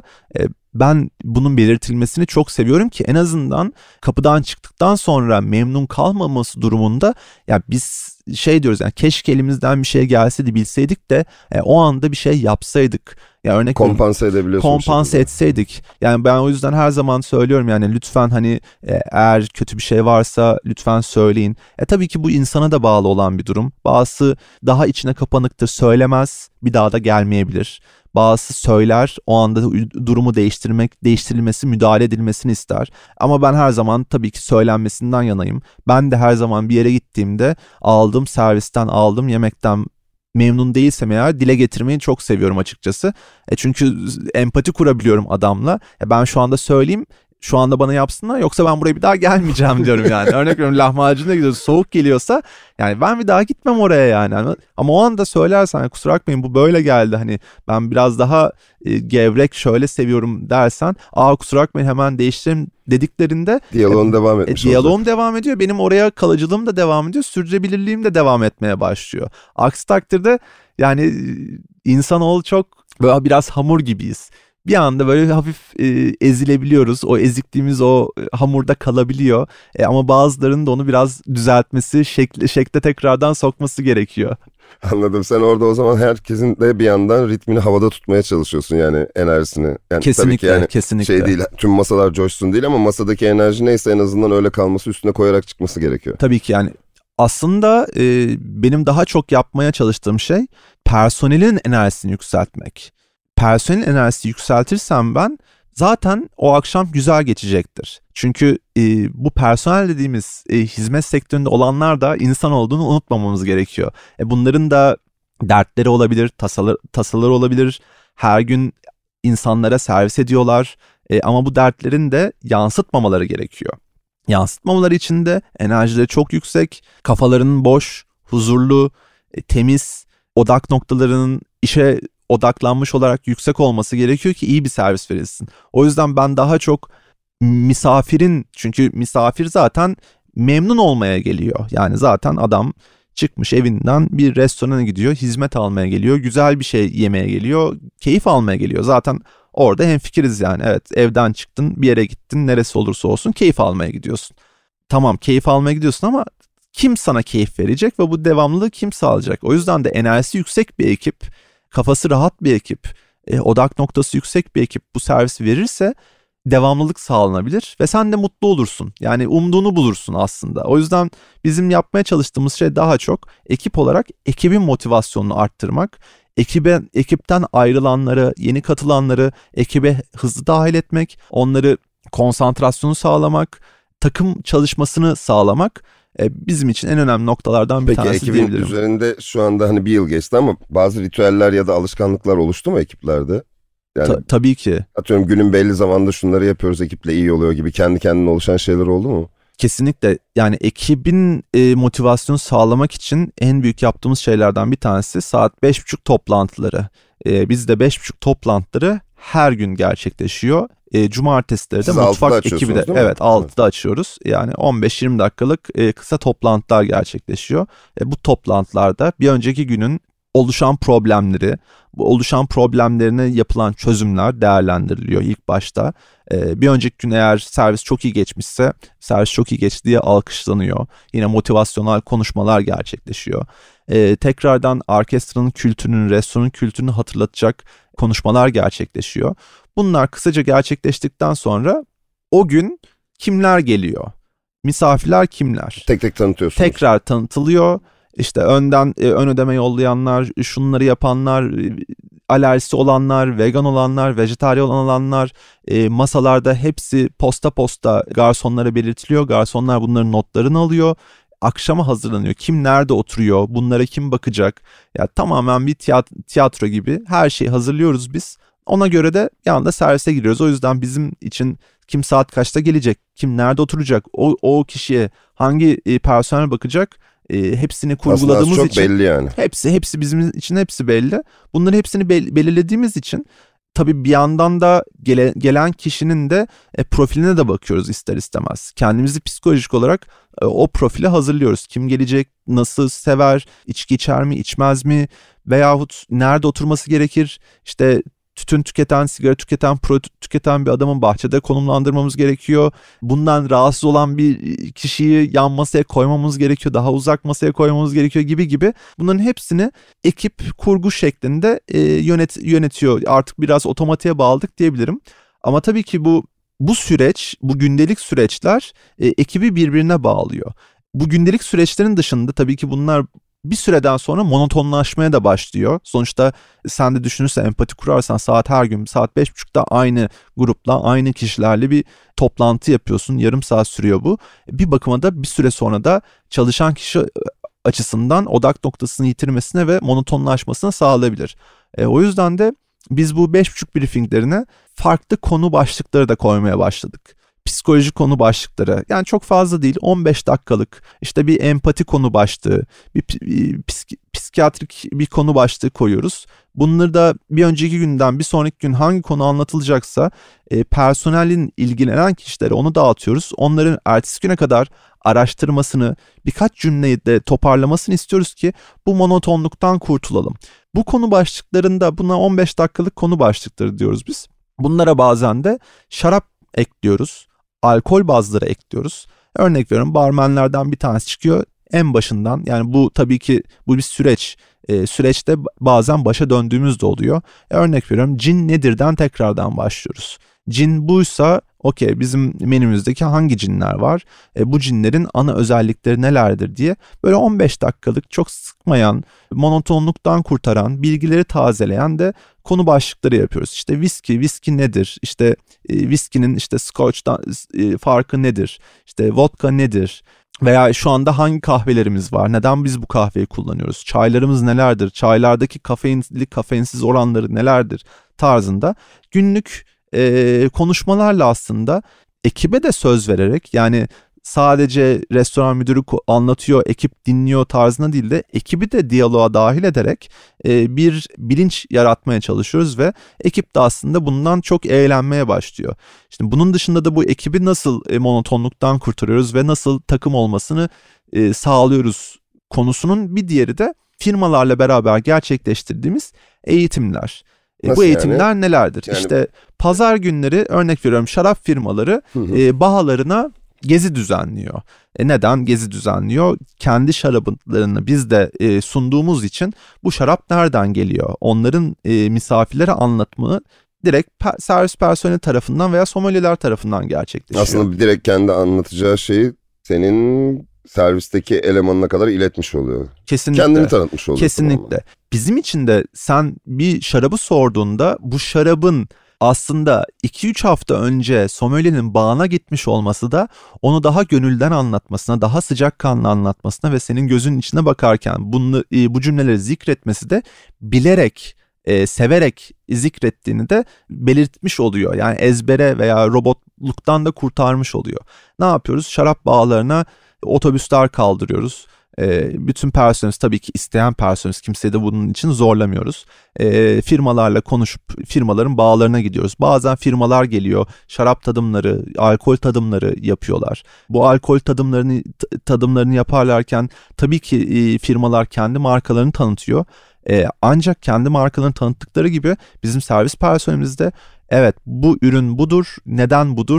ben bunun belirtilmesini çok seviyorum ki en azından kapıdan çıktıktan sonra memnun kalmaması durumunda ya biz şey diyoruz yani keşke elimizden bir şey gelseydi bilseydik de o anda bir şey yapsaydık. Ya örnek kompanse edebiliyorsun. Kompanse etseydik. Yani ben o yüzden her zaman söylüyorum yani lütfen hani eğer kötü bir şey varsa lütfen söyleyin. Tabii ki bu insana da bağlı olan bir durum. Bazısı daha içine kapanıktır, söylemez, bir daha da gelmeyebilir. Bazısı söyler, o anda durumu değiştirilmesi, müdahale edilmesini ister. Ama ben her zaman tabii ki söylenmesinden yanayım. Ben de her zaman bir yere gittiğimde aldığım servisten, aldığım yemekten memnun değilsem eğer dile getirmeyi çok seviyorum açıkçası. Çünkü empati kurabiliyorum adamla. Ben şu anda söyleyeyim, şu anda bana yapsınlar yoksa ben buraya bir daha gelmeyeceğim diyorum yani. Örnek veriyorum lahmacuna gidiyoruz, soğuk geliyorsa yani ben bir daha gitmem oraya yani. Ama o anda söylersen kusura bakmayın bu böyle geldi hani ben biraz daha gevrek şöyle seviyorum dersen kusura bakmayın hemen değiştirelim dediklerinde diyaloğun devam etmiş diyaloğum devam ediyor. Benim oraya kalıcılığım da devam ediyor. Sürdürülebilirliğim de devam etmeye başlıyor. Aksi takdirde yani insanoğlu çok böyle biraz hamur gibiyiz. Bir anda böyle hafif ezilebiliyoruz. O ezikliğimiz o hamurda kalabiliyor. Ama bazılarının da onu biraz düzeltmesi, şekle tekrardan sokması gerekiyor. Anladım. Sen orada o zaman herkesin de bir yandan ritmini havada tutmaya çalışıyorsun yani enerjisini. Yani kesinlikle, tabii ki yani kesinlikle. Şey değil, tüm masalar coşsun değil ama masadaki enerji neyse en azından öyle kalması, üstüne koyarak çıkması gerekiyor. Tabii ki yani aslında benim daha çok yapmaya çalıştığım şey personelin enerjisini yükseltmek. Personel enerjisi yükseltirsem ben zaten o akşam güzel geçecektir. Çünkü bu personel dediğimiz hizmet sektöründe olanlar da insan olduğunu unutmamamız gerekiyor. Bunların da dertleri olabilir, tasaları olabilir. Her gün insanlara servis ediyorlar ama bu dertlerin de yansıtmamaları gerekiyor. Yansıtmamaları için de enerjileri çok yüksek, kafalarının boş, huzurlu, temiz, odak noktalarının işe odaklanmış olarak yüksek olması gerekiyor ki iyi bir servis verilsin. O yüzden ben daha çok misafirin, çünkü misafir zaten memnun olmaya geliyor. Yani zaten adam çıkmış evinden bir restorana gidiyor, hizmet almaya geliyor, güzel bir şey yemeye geliyor, keyif almaya geliyor. Zaten orada hemfikiriz yani. Evet, evden çıktın, bir yere gittin, neresi olursa olsun keyif almaya gidiyorsun. Tamam, keyif almaya gidiyorsun ama kim sana keyif verecek ve bu devamlılığı kim sağlayacak? O yüzden de enerjisi yüksek bir ekip, kafası rahat bir ekip, odak noktası yüksek bir ekip bu servisi verirse devamlılık sağlanabilir ve sen de mutlu olursun. Yani umduğunu bulursun aslında. O yüzden bizim yapmaya çalıştığımız şey daha çok ekip olarak ekibin motivasyonunu arttırmak, ekipten ayrılanları, yeni katılanları ekibe hızlı dahil etmek, onları konsantrasyonu sağlamak, takım çalışmasını sağlamak bizim için en önemli noktalardan bir tanesi diyebilirim. Peki ekibin üzerinde şu anda hani bir yıl geçti ama bazı ritüeller ya da alışkanlıklar oluştu mu ekiplerde? Yani tabii ki. Atıyorum günün belli zamanında şunları yapıyoruz ekiple iyi oluyor gibi kendi kendine oluşan şeyler oldu mu? Kesinlikle. Yani ekibin motivasyonu sağlamak için en büyük yaptığımız şeylerden bir tanesi saat 5.30 toplantıları. Bizde 5.30 toplantıları her gün gerçekleşiyor. Cumartesileri de mutfak ekibi de evet 6'da açıyoruz. Yani 15-20 dakikalık kısa toplantılar gerçekleşiyor. Bu toplantılarda bir önceki günün oluşan problemleri, bu oluşan problemlerine yapılan çözümler değerlendiriliyor ilk başta. Bir önceki gün eğer servis çok iyi geçmişse servis çok iyi geçti diye alkışlanıyor. Yine motivasyonel konuşmalar gerçekleşiyor. Tekrardan orkestranın kültürünü, restoranın kültürünü hatırlatacak konuşmalar gerçekleşiyor. Bunlar kısaca gerçekleştikten sonra o gün kimler geliyor? Misafirler kimler? Tek tek tanıtıyorsunuz. Tekrar tanıtılıyor. İşte ön ödeme yollayanlar, şunları yapanlar, alerjisi olanlar, vegan olanlar, vejetaryen olanlar, masalarda hepsi posta garsonlara belirtiliyor. Garsonlar bunların notlarını alıyor. Akşama hazırlanıyor. Kim nerede oturuyor? Bunlara kim bakacak? Ya tamamen bir tiyatro gibi her şeyi hazırlıyoruz biz. Ona göre de yanında servise giriyoruz. O yüzden bizim için kim saat kaçta gelecek, kim nerede oturacak, o kişiye hangi personel bakacak, hepsini kurguladığımız çok için belli yani. Hepsi bizim için hepsi belli. Bunların hepsini belirlediğimiz için tabii bir yandan da gelen kişinin de profiline de bakıyoruz ister istemez. Kendimizi psikolojik olarak o profile hazırlıyoruz. Kim gelecek, nasıl sever, içki içer mi, içmez mi, veyahut nerede oturması gerekir. İşte tütün tüketen, sigara tüketen, tüketen bir adamın bahçede konumlandırmamız gerekiyor. Bundan rahatsız olan bir kişiyi yan masaya koymamız gerekiyor. Daha uzak masaya koymamız gerekiyor gibi. Bunların hepsini ekip kurgu şeklinde yönetiyor. Artık biraz otomatiğe bağladık diyebilirim. Ama tabii ki bu süreç, bu gündelik süreçler ekibi birbirine bağlıyor. Bu gündelik süreçlerin dışında tabii ki bunlar bir süreden sonra monotonlaşmaya da başlıyor. Sonuçta sen de düşünürsen, empati kurarsan her gün saat 5.30'da aynı grupla, aynı kişilerle bir toplantı yapıyorsun. Yarım saat sürüyor bu. Bir bakıma da bir süre sonra da çalışan kişi açısından odak noktasını yitirmesine ve monotonlaşmasına sağlayabilir. O yüzden de biz bu 5.30 briefinglerine farklı konu başlıkları da koymaya başladık. Psikoloji konu başlıkları, yani çok fazla değil, 15 dakikalık işte bir empati konu başlığı, bir psikiyatrik bir konu başlığı koyuyoruz. Bunları da bir önceki günden bir sonraki gün hangi konu anlatılacaksa personelin ilgilenen kişilere onu dağıtıyoruz. Onların ertesi güne kadar araştırmasını, birkaç cümleyi de toparlamasını istiyoruz ki bu monotonluktan kurtulalım. Bu konu başlıklarında, buna 15 dakikalık konu başlıkları diyoruz biz. Bunlara bazen de şarap ekliyoruz. Alkol bazları ekliyoruz. Örnek veriyorum, barmenlerden bir tanesi çıkıyor en başından. Yani bu tabii ki bu bir süreç. Süreçte bazen başa döndüğümüz de oluyor. Örnek veriyorum, cin nedirden tekrardan başlıyoruz. Cin buysa okey, bizim menümüzdeki hangi cinler var? Bu cinlerin ana özellikleri nelerdir diye böyle 15 dakikalık, çok sıkmayan, monotonluktan kurtaran, bilgileri tazeleyen de konu başlıkları yapıyoruz. İşte viski nedir? İşte viskinin işte Scotch'tan farkı nedir? İşte vodka nedir? Veya şu anda hangi kahvelerimiz var? Neden biz bu kahveyi kullanıyoruz? Çaylarımız nelerdir? Çaylardaki kafeinli, kafeinsiz oranları nelerdir? Tarzında günlük konuşmalarla aslında ekibe de söz vererek, yani sadece restoran müdürü anlatıyor, ekip dinliyor tarzına değil de ekibi de diyaloğa dahil ederek bir bilinç yaratmaya çalışıyoruz ve ekip de aslında bundan çok eğlenmeye başlıyor. İşte bunun dışında da bu ekibi nasıl monotonluktan kurtarıyoruz ve nasıl takım olmasını sağlıyoruz konusunun bir diğeri de firmalarla beraber gerçekleştirdiğimiz eğitimler. Bu eğitimler yani nelerdir? Yani, İşte pazar günleri, örnek veriyorum, şarap firmaları bahalarına gezi düzenliyor. Neden gezi düzenliyor? Kendi şaraplarını biz de sunduğumuz için bu şarap nereden geliyor? Onların misafirlere anlatımı direkt servis personeli tarafından veya sommelierler tarafından gerçekleşiyor. Aslında direkt kendi anlatacağı şeyi senin servisteki elemanına kadar iletmiş oluyor. Kesinlikle. Kendini tanıtmış oluyor. Kesinlikle. Tamamen. Bizim için de sen bir şarabı sorduğunda bu şarabın aslında 2-3 hafta önce sommelier'in bağına gitmiş olması da onu daha gönülden anlatmasına, daha sıcakkanlı anlatmasına ve senin gözünün içine bakarken bu cümleleri zikretmesi de bilerek, severek zikrettiğini de belirtmiş oluyor. Yani ezbere veya robotluktan da kurtarmış oluyor. Ne yapıyoruz? Şarap bağlarına otobüsler kaldırıyoruz. Bütün personelimiz, tabii ki isteyen personelimiz, kimseyi de bunun için zorlamıyoruz. Firmalarla konuşup firmaların bağlarına gidiyoruz. Bazen firmalar geliyor, şarap tadımları, alkol tadımları yapıyorlar. Bu alkol tadımlarını yaparlarken tabii ki firmalar kendi markalarını tanıtıyor. Ancak kendi markalarını tanıttıkları gibi bizim servis personelimiz de evet, bu ürün budur, neden budur,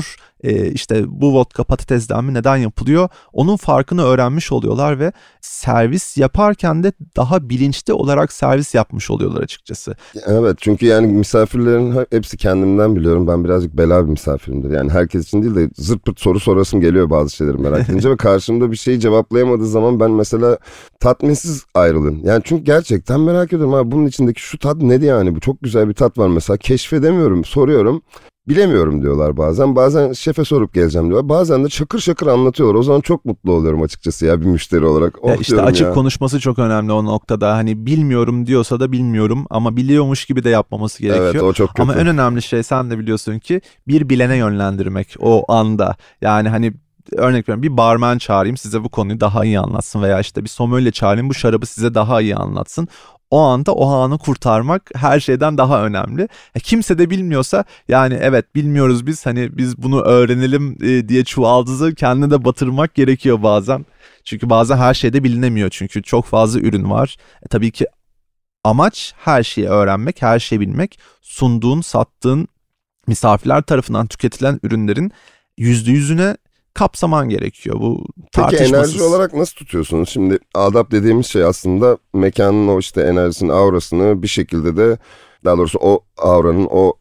işte bu vodka patatesden mi neden yapılıyor? Onun farkını öğrenmiş oluyorlar ve servis yaparken de daha bilinçli olarak servis yapmış oluyorlar açıkçası. Evet, çünkü yani misafirlerin hepsi, kendimden biliyorum. Ben birazcık bela bir misafirimdir. Yani herkes için değil de zırt pırt soru sorasım geliyor bazı şeyleri merak edince ve karşımda bir şeyi cevaplayamadığı zaman ben mesela tatminsiz ayrılırım. Yani çünkü gerçekten merak ediyorum. Abi bunun içindeki şu tat nedir yani? Bu çok güzel bir tat var mesela. Keşfedemiyorum, soruyorum. Bilemiyorum diyorlar bazen. Bazen şefe sorup geleceğim diyorlar. Bazen de şakır şakır anlatıyorlar. O zaman çok mutlu oluyorum açıkçası ya, bir müşteri olarak. Ya işte açık konuşması çok önemli o noktada. Hani bilmiyorum diyorsa da bilmiyorum ama biliyormuş gibi de yapmaması gerekiyor. Evet, o çok kötü. Ama en önemli şey, sen de biliyorsun ki, bir bilene yönlendirmek o anda. Yani hani örnek veriyorum, bir barmen çağırayım size bu konuyu daha iyi anlatsın veya işte bir sommelier çağırayım bu şarabı size daha iyi anlatsın. O anda o anı kurtarmak her şeyden daha önemli. Kimse de bilmiyorsa, yani evet bilmiyoruz biz, hani biz bunu öğrenelim diye çuvaldızı kendine de batırmak gerekiyor bazen. Çünkü bazen her şey de bilinemiyor, çünkü çok fazla ürün var. Tabii ki amaç her şeyi öğrenmek, her şeyi bilmek. Sunduğun, sattığın, misafirler tarafından tüketilen ürünlerin %100'üne kapsaman gerekiyor. Bu tartışmasız. Peki enerji olarak nasıl tutuyorsunuz? Şimdi adap dediğimiz şey aslında mekanın o işte enerjisini, aurasını bir şekilde de, daha doğrusu o auranın, o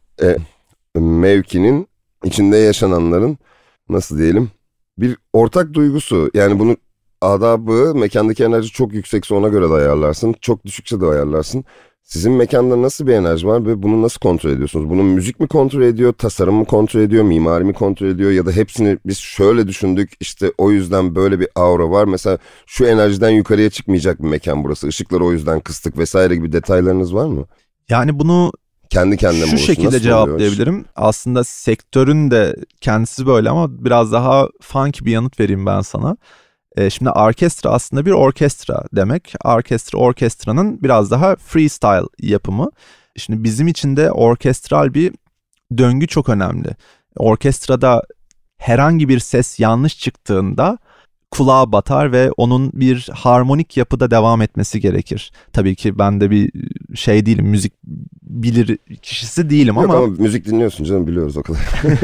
mevkinin içinde yaşananların, nasıl diyelim, bir ortak duygusu. Yani bunu, adabı, mekandaki enerji çok yüksekse ona göre de ayarlarsın, çok düşükse de ayarlarsın. Sizin mekanda nasıl bir enerji var ve bunu nasıl kontrol ediyorsunuz? Bunu müzik mi kontrol ediyor, tasarım mı kontrol ediyor, mimari mi kontrol ediyor, ya da hepsini biz şöyle düşündük işte o yüzden böyle bir aura var. Mesela şu enerjiden yukarıya çıkmayacak bir mekan burası, ışıkları o yüzden kıstık vesaire gibi detaylarınız var mı? Yani bunu kendi kendine şu şekilde cevaplayabilirim. Aslında sektörün de kendisi böyle ama biraz daha funky bir yanıt vereyim ben sana. Şimdi orkestra aslında bir orkestra demek. Orkestranın biraz daha freestyle yapımı. Şimdi bizim için de orkestral bir döngü çok önemli. Orkestrada herhangi bir ses yanlış çıktığında kulağa batar ve onun bir harmonik yapıda devam etmesi gerekir. Tabii ki ben de bir şey değilim, müzik bilir kişisi değilim. Yok, ama müzik dinliyorsun canım, biliyoruz o kadar.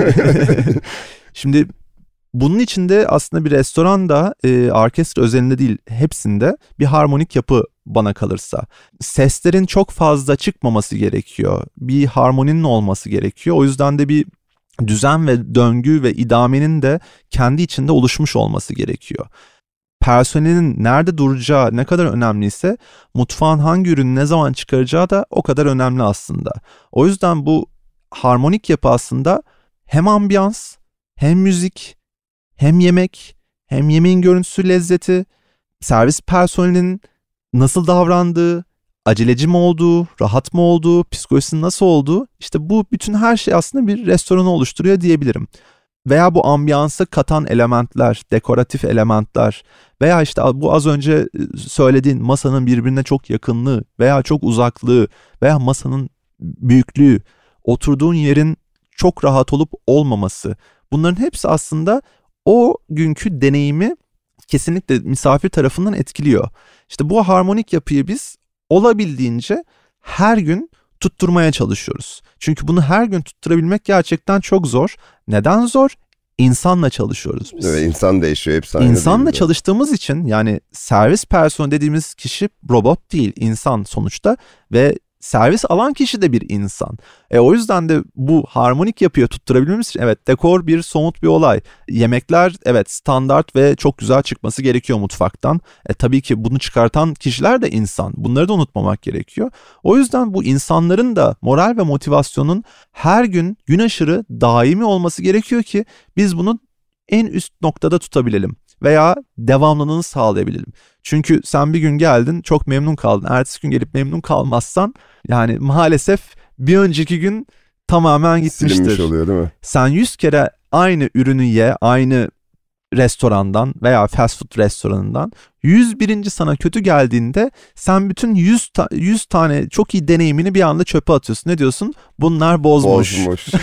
Şimdi bunun içinde aslında bir restoranda orkestra özelinde değil, hepsinde bir harmonik yapı bana kalırsa. Seslerin çok fazla çıkmaması gerekiyor. Bir harmoninin olması gerekiyor. O yüzden de bir düzen ve döngü ve idamenin de kendi içinde oluşmuş olması gerekiyor. Personelin nerede duracağı ne kadar önemliyse mutfağın hangi ürünü ne zaman çıkaracağı da o kadar önemli aslında. O yüzden bu harmonik yapı aslında hem ambiyans, hem müzik, hem yemek, hem yemeğin görüntüsü, lezzeti, servis personelinin nasıl davrandığı, aceleci mi olduğu, rahat mı olduğu, psikolojisinin nasıl olduğu, işte bu bütün her şey aslında bir restoranı oluşturuyor diyebilirim. Veya bu ambiyansa katan elementler, dekoratif elementler veya işte bu az önce söylediğin masanın birbirine çok yakınlığı veya çok uzaklığı veya masanın büyüklüğü, oturduğun yerin çok rahat olup olmaması, bunların hepsi aslında o günkü deneyimi kesinlikle misafir tarafından etkiliyor. İşte bu harmonik yapıyı biz olabildiğince her gün tutturmaya çalışıyoruz. Çünkü bunu her gün tutturabilmek gerçekten çok zor. Neden zor? İnsanla çalışıyoruz biz. Evet, insan değişiyor, hepsi aynı. İnsanla çalıştığımız için, yani servis personeli dediğimiz kişi robot değil, insan sonuçta ve servis alan kişi de bir insan. O yüzden de bu harmonik yapıyı tutturabilmemiz için evet, dekor bir somut bir olay. Yemekler evet standart ve çok güzel çıkması gerekiyor mutfaktan. Tabii ki bunu çıkartan kişiler de insan. Bunları da unutmamak gerekiyor. O yüzden bu insanların da moral ve motivasyonun her gün gün aşırı daimi olması gerekiyor ki biz bunu en üst noktada tutabilelim veya devamlılığını sağlayabilelim. Çünkü sen bir gün geldin, çok memnun kaldın. Ertesi gün gelip memnun kalmazsan yani maalesef bir önceki gün tamamen gitmiştir. Silinmiş oluyor değil mi? Sen 100 kere aynı ürünü ye, aynı restorandan veya fast food restoranından, 101. sana kötü geldiğinde sen bütün 100 tane çok iyi deneyimini bir anda çöpe atıyorsun. Ne diyorsun? Bunlar bozmuş.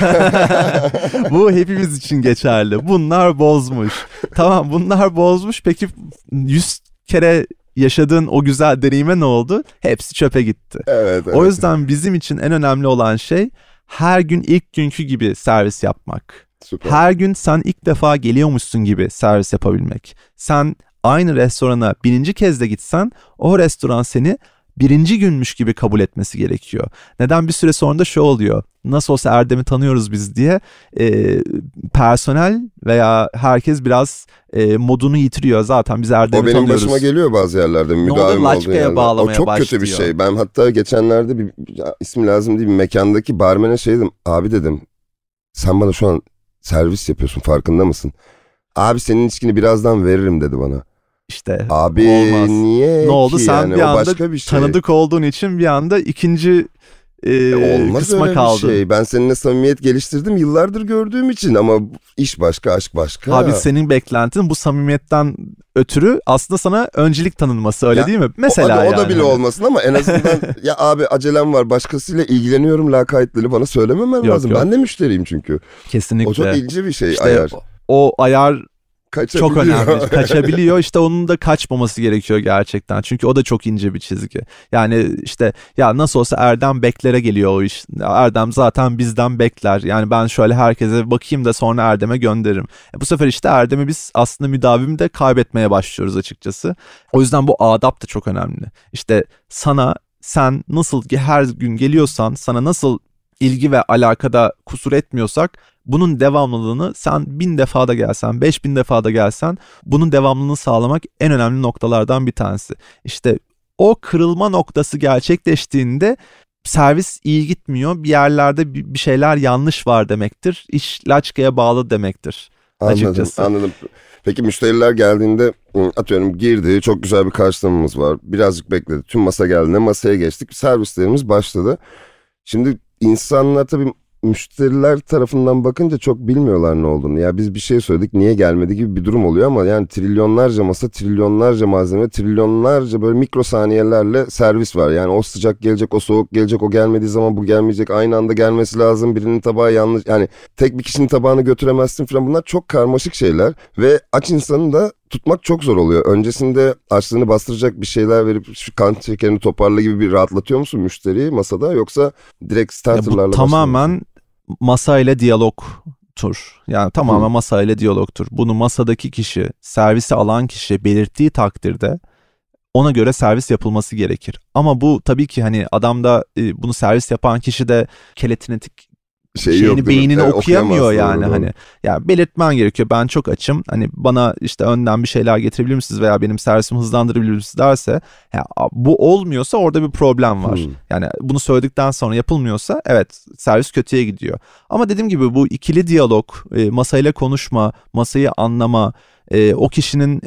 Bu hepimiz için geçerli. Bunlar bozmuş. Tamam, bunlar bozmuş. Peki 100 kere yaşadığın o güzel deneyime ne oldu? Hepsi çöpe gitti. Evet. O yüzden bizim için en önemli olan şey her gün ilk günkü gibi servis yapmak. Süper. Her gün sen ilk defa geliyormuşsun gibi servis yapabilmek. Sen aynı restorana 1. kez de gitsen o restoran seni 1. günmüş gibi kabul etmesi gerekiyor. Neden? Bir süre sonra da şu oluyor. Nasıl olsa Erdem'i tanıyoruz biz diye personel veya herkes biraz modunu yitiriyor. Zaten biz Erdem'i tanıyoruz. O benim başıma geliyor bazı yerlerde. Müdavim olduğu yerler. O çok kötü bir şey. Ben hatta geçenlerde ismi lazım değil bir mekandaki barmene şey dedim. Abi dedim, sen bana şu an servis yapıyorsun, farkında mısın? Abi senin içkini birazdan veririm dedi bana. İşte abi olmaz. Niye ne oldu? ki? Sen yani bir anda başka bir şey. Tanıdık olduğun için bir anda ikinci olmaz kısma öyle kaldın. Bir şey. Ben seninle samimiyet geliştirdim yıllardır gördüğüm için ama iş başka, aşk başka. Abi senin beklentin bu samimiyetten ötürü aslında sana öncelik tanınması, öyle değil mi? Mesela o da bile olmasın ama en azından ya abi acelem var, başkasıyla ilgileniyorum lakaytlığı bana söylememen lazım. Ben de müşteriyim çünkü. Kesinlikle. O çok ilginç bir şey, işte ayar. O ayar Kaçabiliyor. çok önemli. Kaçabiliyor. İşte onun da kaçmaması gerekiyor gerçekten. Çünkü o da çok ince bir çizgi. Yani işte ya nasıl olsa Erdem beklere geliyor o iş. Erdem zaten bizden bekler. Yani ben şöyle herkese bakayım da sonra Erdem'e gönderirim. Bu sefer işte Erdem'i biz aslında müdavimi de kaybetmeye başlıyoruz açıkçası. O yüzden bu adap da çok önemli. İşte sen nasıl her gün geliyorsan, sana nasıl ilgi ve alakada kusur etmiyorsak bunun devamlılığını sen 1000 defa da gelsen, 5000 defa da gelsen bunun devamlılığını sağlamak en önemli noktalardan bir tanesi. İşte o kırılma noktası gerçekleştiğinde servis iyi gitmiyor, bir yerlerde bir şeyler yanlış var demektir. İş laçkaya bağlı demektir. Anladım. Peki müşteriler geldiğinde atıyorum girdi, çok güzel bir karşılamamız var. Birazcık bekledi. Tüm masa geldiğinde masaya geçtik. Servislerimiz başladı. Şimdi insanlar tabii müşteriler tarafından bakınca çok bilmiyorlar ne olduğunu. Ya biz bir şey söyledik, niye gelmedi gibi bir durum oluyor ama yani trilyonlarca masa, trilyonlarca malzeme, trilyonlarca böyle mikrosaniyelerle servis var. Yani o sıcak gelecek, o soğuk gelecek, o gelmediği zaman bu gelmeyecek, aynı anda gelmesi lazım, birinin tabağı yanlış. Yani tek bir kişinin tabağını götüremezsin falan, bunlar çok karmaşık şeyler ve aç insanı da tutmak çok zor oluyor. Öncesinde açlığını bastıracak bir şeyler verip şu kan şekerini toparla gibi bir rahatlatıyor musun müşteriyi masada, yoksa direkt starterlarla bu tamamen masayla diyalogtur. Yani tamamen masayla diyalogtur. Bunu masadaki kişi, servisi alan kişi belirttiği takdirde ona göre servis yapılması gerekir. Ama bu tabii ki hani adamda bunu servis yapan kişi de keletinetik beynini okuyamıyor yani doğru. Hani ya belirtmen gerekiyor, ben çok açım, hani bana işte önden bir şeyler getirebilir misiniz veya benim servisimi hızlandırabilir misiniz derse, ya bu olmuyorsa orada bir problem var. Yani bunu söyledikten sonra yapılmıyorsa evet, servis kötüye gidiyor. Ama dediğim gibi bu ikili diyalog, masayla konuşma, masayı anlama, o kişinin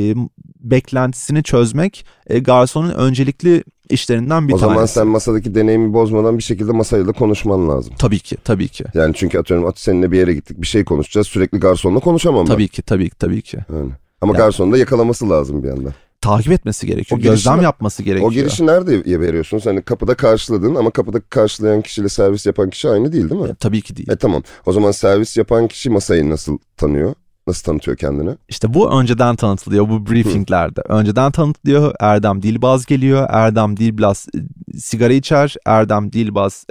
beklentisini çözmek garsonun öncelikli işlerinden bir tanesi. O zaman sen masadaki deneyimi bozmadan bir şekilde masayla da konuşman lazım. Tabii ki. Yani çünkü atıyorum seninle bir yere gittik, bir şey konuşacağız, sürekli garsonla konuşamam ben. Tabii ki. Yani. Ama garsonun da yakalaması lazım bir yandan. Takip etmesi gerekiyor. Gözlem yapması gerekiyor. O girişi nerede veriyorsunuz? Hani kapıda karşıladın ama kapıda karşılayan kişiyle servis yapan kişi aynı değil mi? Tabii ki değil. Tamam. O zaman servis yapan kişi masayı nasıl tanıyor? Nasıl tanıtıyor kendini? İşte bu önceden tanıtılıyor bu briefinglerde. Önceden tanıtılıyor. Erdem Dilbaz geliyor. Erdem Dilbaz sigara içer. Erdem Dilbaz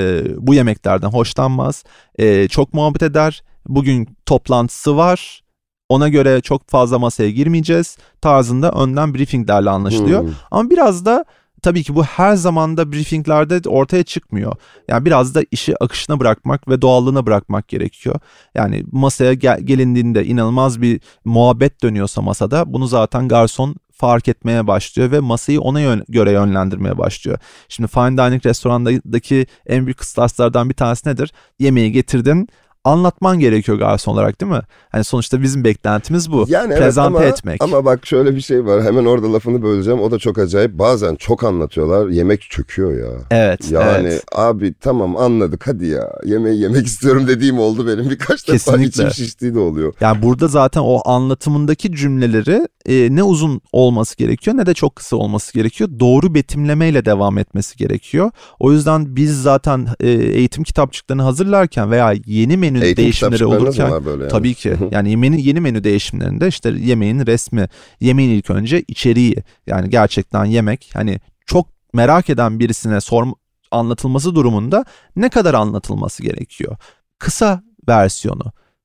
bu yemeklerden hoşlanmaz. Çok muhabbet eder. Bugün toplantısı var. Ona göre çok fazla masaya girmeyeceğiz tarzında önden briefinglerle anlaşılıyor. Ama biraz da tabii ki bu her zaman da briefinglerde ortaya çıkmıyor. Yani biraz da işi akışına bırakmak ve doğallığına bırakmak gerekiyor. Yani masaya gelindiğinde inanılmaz bir muhabbet dönüyorsa masada, bunu zaten garson fark etmeye başlıyor ve masayı ona göre yönlendirmeye başlıyor. Şimdi fine dining restorandaki en büyük kıstaslardan bir tanesi nedir? Yemeği getirdin, anlatman gerekiyor garson olarak, değil mi? Hani sonuçta bizim beklentimiz bu. Yani prezente etmek. Ama bak şöyle bir şey var. Hemen orada lafını böleceğim. O da çok acayip. Bazen çok anlatıyorlar. Yemek çöküyor ya. Evet. Yani abi tamam anladık hadi ya. Yemeği yemek istiyorum dediğim oldu benim. Birkaç defa içim şiştiği de oluyor. Yani burada zaten o anlatımındaki cümleleri ne uzun olması gerekiyor ne de çok kısa olması gerekiyor. Doğru betimlemeyle devam etmesi gerekiyor. O yüzden biz zaten eğitim kitapçıklarını hazırlarken veya yeni menü değişimleri olurken yani. Tabii ki yani yeni menü değişimlerinde işte yemeğin resmi, yemeğin ilk önce içeriği, yani gerçekten yemek, hani çok merak eden birisine anlatılması durumunda ne kadar anlatılması gerekiyor? Kısa versiyonu.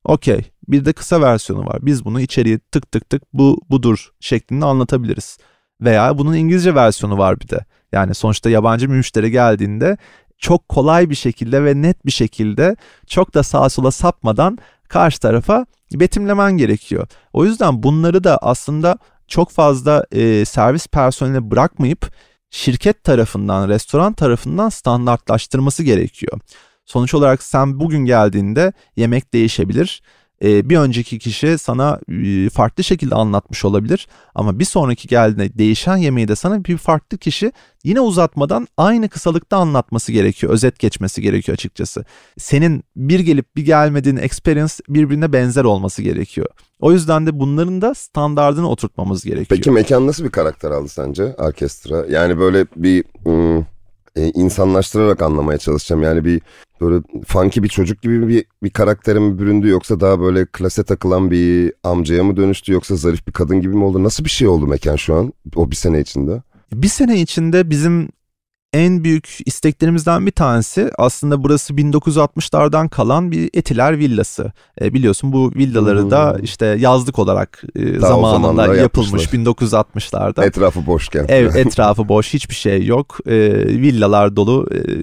Okey. Bir de kısa versiyonu var. Biz bunu içeriye tık tık tık budur şeklinde anlatabiliriz. Veya bunun İngilizce versiyonu var bir de. Yani sonuçta yabancı bir müşteri geldiğinde çok kolay bir şekilde ve net bir şekilde çok da sağa sola sapmadan karşı tarafa betimlemen gerekiyor. O yüzden bunları da aslında çok fazla servis personeline bırakmayıp şirket tarafından, restoran tarafından standartlaştırması gerekiyor. Sonuç olarak sen bugün geldiğinde yemek değişebilir. Bir önceki kişi sana farklı şekilde anlatmış olabilir. Ama bir sonraki geldiğinde değişen yemeği de sana bir farklı kişi yine uzatmadan aynı kısalıkta anlatması gerekiyor. Özet geçmesi gerekiyor açıkçası. Senin bir gelip bir gelmediğin experience birbirine benzer olması gerekiyor. O yüzden de bunların da standardını oturtmamız gerekiyor. Peki mekan nasıl bir karakter aldı sence orkestra? Yani böyle bir insanlaştırarak anlamaya çalışacağım. Yani bir böyle funky bir çocuk gibi bir karaktere mi büründü, yoksa daha böyle klase takılan bir amcaya mı dönüştü, yoksa zarif bir kadın gibi mi oldu? Nasıl bir şey oldu mekan şu an o bir sene içinde? Bir sene içinde bizim en büyük isteklerimizden bir tanesi, aslında burası 1960'lardan kalan bir Etiler villası. Biliyorsun bu villaları da işte yazlık olarak zamanında yapılmış 1960'larda. Etrafı boşken. Evet, etrafı boş, hiçbir şey yok. Villalar dolu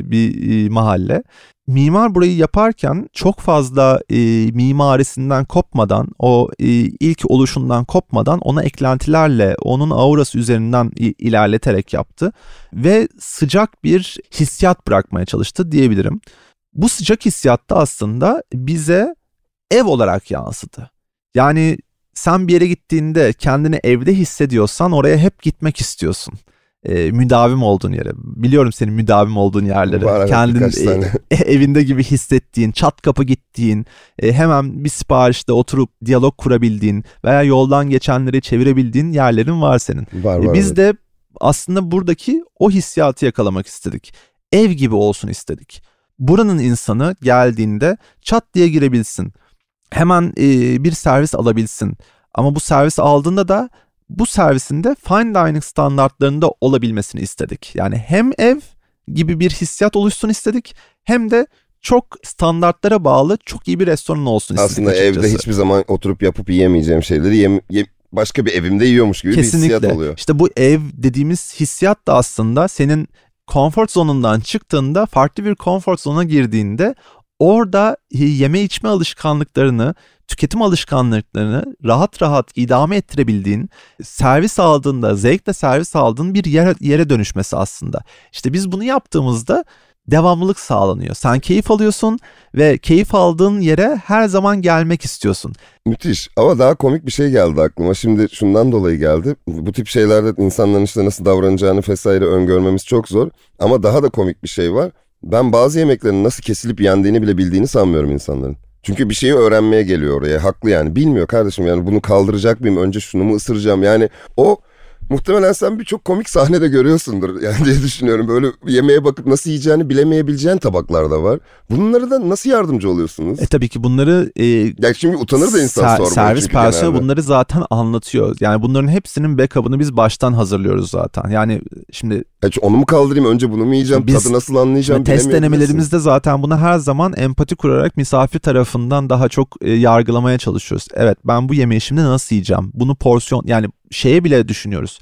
bir mahalle. Mimar burayı yaparken çok fazla mimarisinden kopmadan, o ilk oluşundan kopmadan ona eklentilerle, onun aurası üzerinden ilerleterek yaptı. Ve sıcak bir hissiyat bırakmaya çalıştı diyebilirim. Bu sıcak hissiyat da aslında bize ev olarak yansıdı. Yani sen bir yere gittiğinde kendini evde hissediyorsan oraya hep gitmek istiyorsun. Müdavim olduğun yere. Biliyorum senin müdavim olduğun yerlere. Kendini evinde gibi hissettiğin, çat kapı gittiğin, hemen bir siparişte oturup diyalog kurabildiğin veya yoldan geçenleri çevirebildiğin yerlerin var senin. Var, biz de aslında buradaki o hissiyatı yakalamak istedik. Ev gibi olsun istedik. Buranın insanı geldiğinde çat diye girebilsin. Hemen bir servis alabilsin. Ama bu servis aldığında da bu servisinde fine dining standartlarında olabilmesini istedik. Yani hem ev gibi bir hissiyat oluşsun istedik, hem de çok standartlara bağlı çok iyi bir restoran olsun istedik aslında açıkçası. Evde hiçbir zaman oturup yapıp yiyemeyeceğim şeyleri başka bir evimde yiyormuş gibi Kesinlikle. Bir hissiyat oluyor. İşte bu ev dediğimiz hissiyat da aslında senin comfort zonundan çıktığında, farklı bir comfort zona girdiğinde orada yeme içme alışkanlıklarını, tüketim alışkanlıklarını rahat rahat idame ettirebildiğin, servis aldığında, zevkle servis aldığın bir yere dönüşmesi aslında. İşte biz bunu yaptığımızda devamlılık sağlanıyor. Sen keyif alıyorsun ve keyif aldığın yere her zaman gelmek istiyorsun. Müthiş, ama daha komik bir şey geldi aklıma. Şimdi şundan dolayı geldi. Bu tip şeylerde insanların işte nasıl davranacağını vesaire öngörmemiz çok zor. Ama daha da komik bir şey var. Ben bazı yemeklerin nasıl kesilip yendiğini bile bildiğini sanmıyorum insanların. Çünkü bir şeyi öğrenmeye geliyor oraya. Haklı yani. Bilmiyor kardeşim, yani bunu kaldıracak mıyım? Önce şunu mu ısıracağım? Yani o muhtemelen sen birçok komik sahnede görüyorsundur yani diye düşünüyorum. Böyle yemeğe bakıp nasıl yiyeceğini bilemeyebileceğin tabaklar da var. Bunlara da nasıl yardımcı oluyorsunuz? Tabii ki bunları yani şimdi utanır da insan sormaya. Servis personeli bunları zaten anlatıyor. Yani bunların hepsinin backup'ını biz baştan hazırlıyoruz zaten. Yani şimdi onu mu kaldırayım, önce bunu mu yiyeceğim, tadı nasıl anlayacağım test denemelerimizde zaten bunu her zaman empati kurarak misafir tarafından daha çok yargılamaya çalışıyoruz. Evet, ben bu yemeği şimdi nasıl yiyeceğim? Bunu porsiyon, yani şeye bile düşünüyoruz.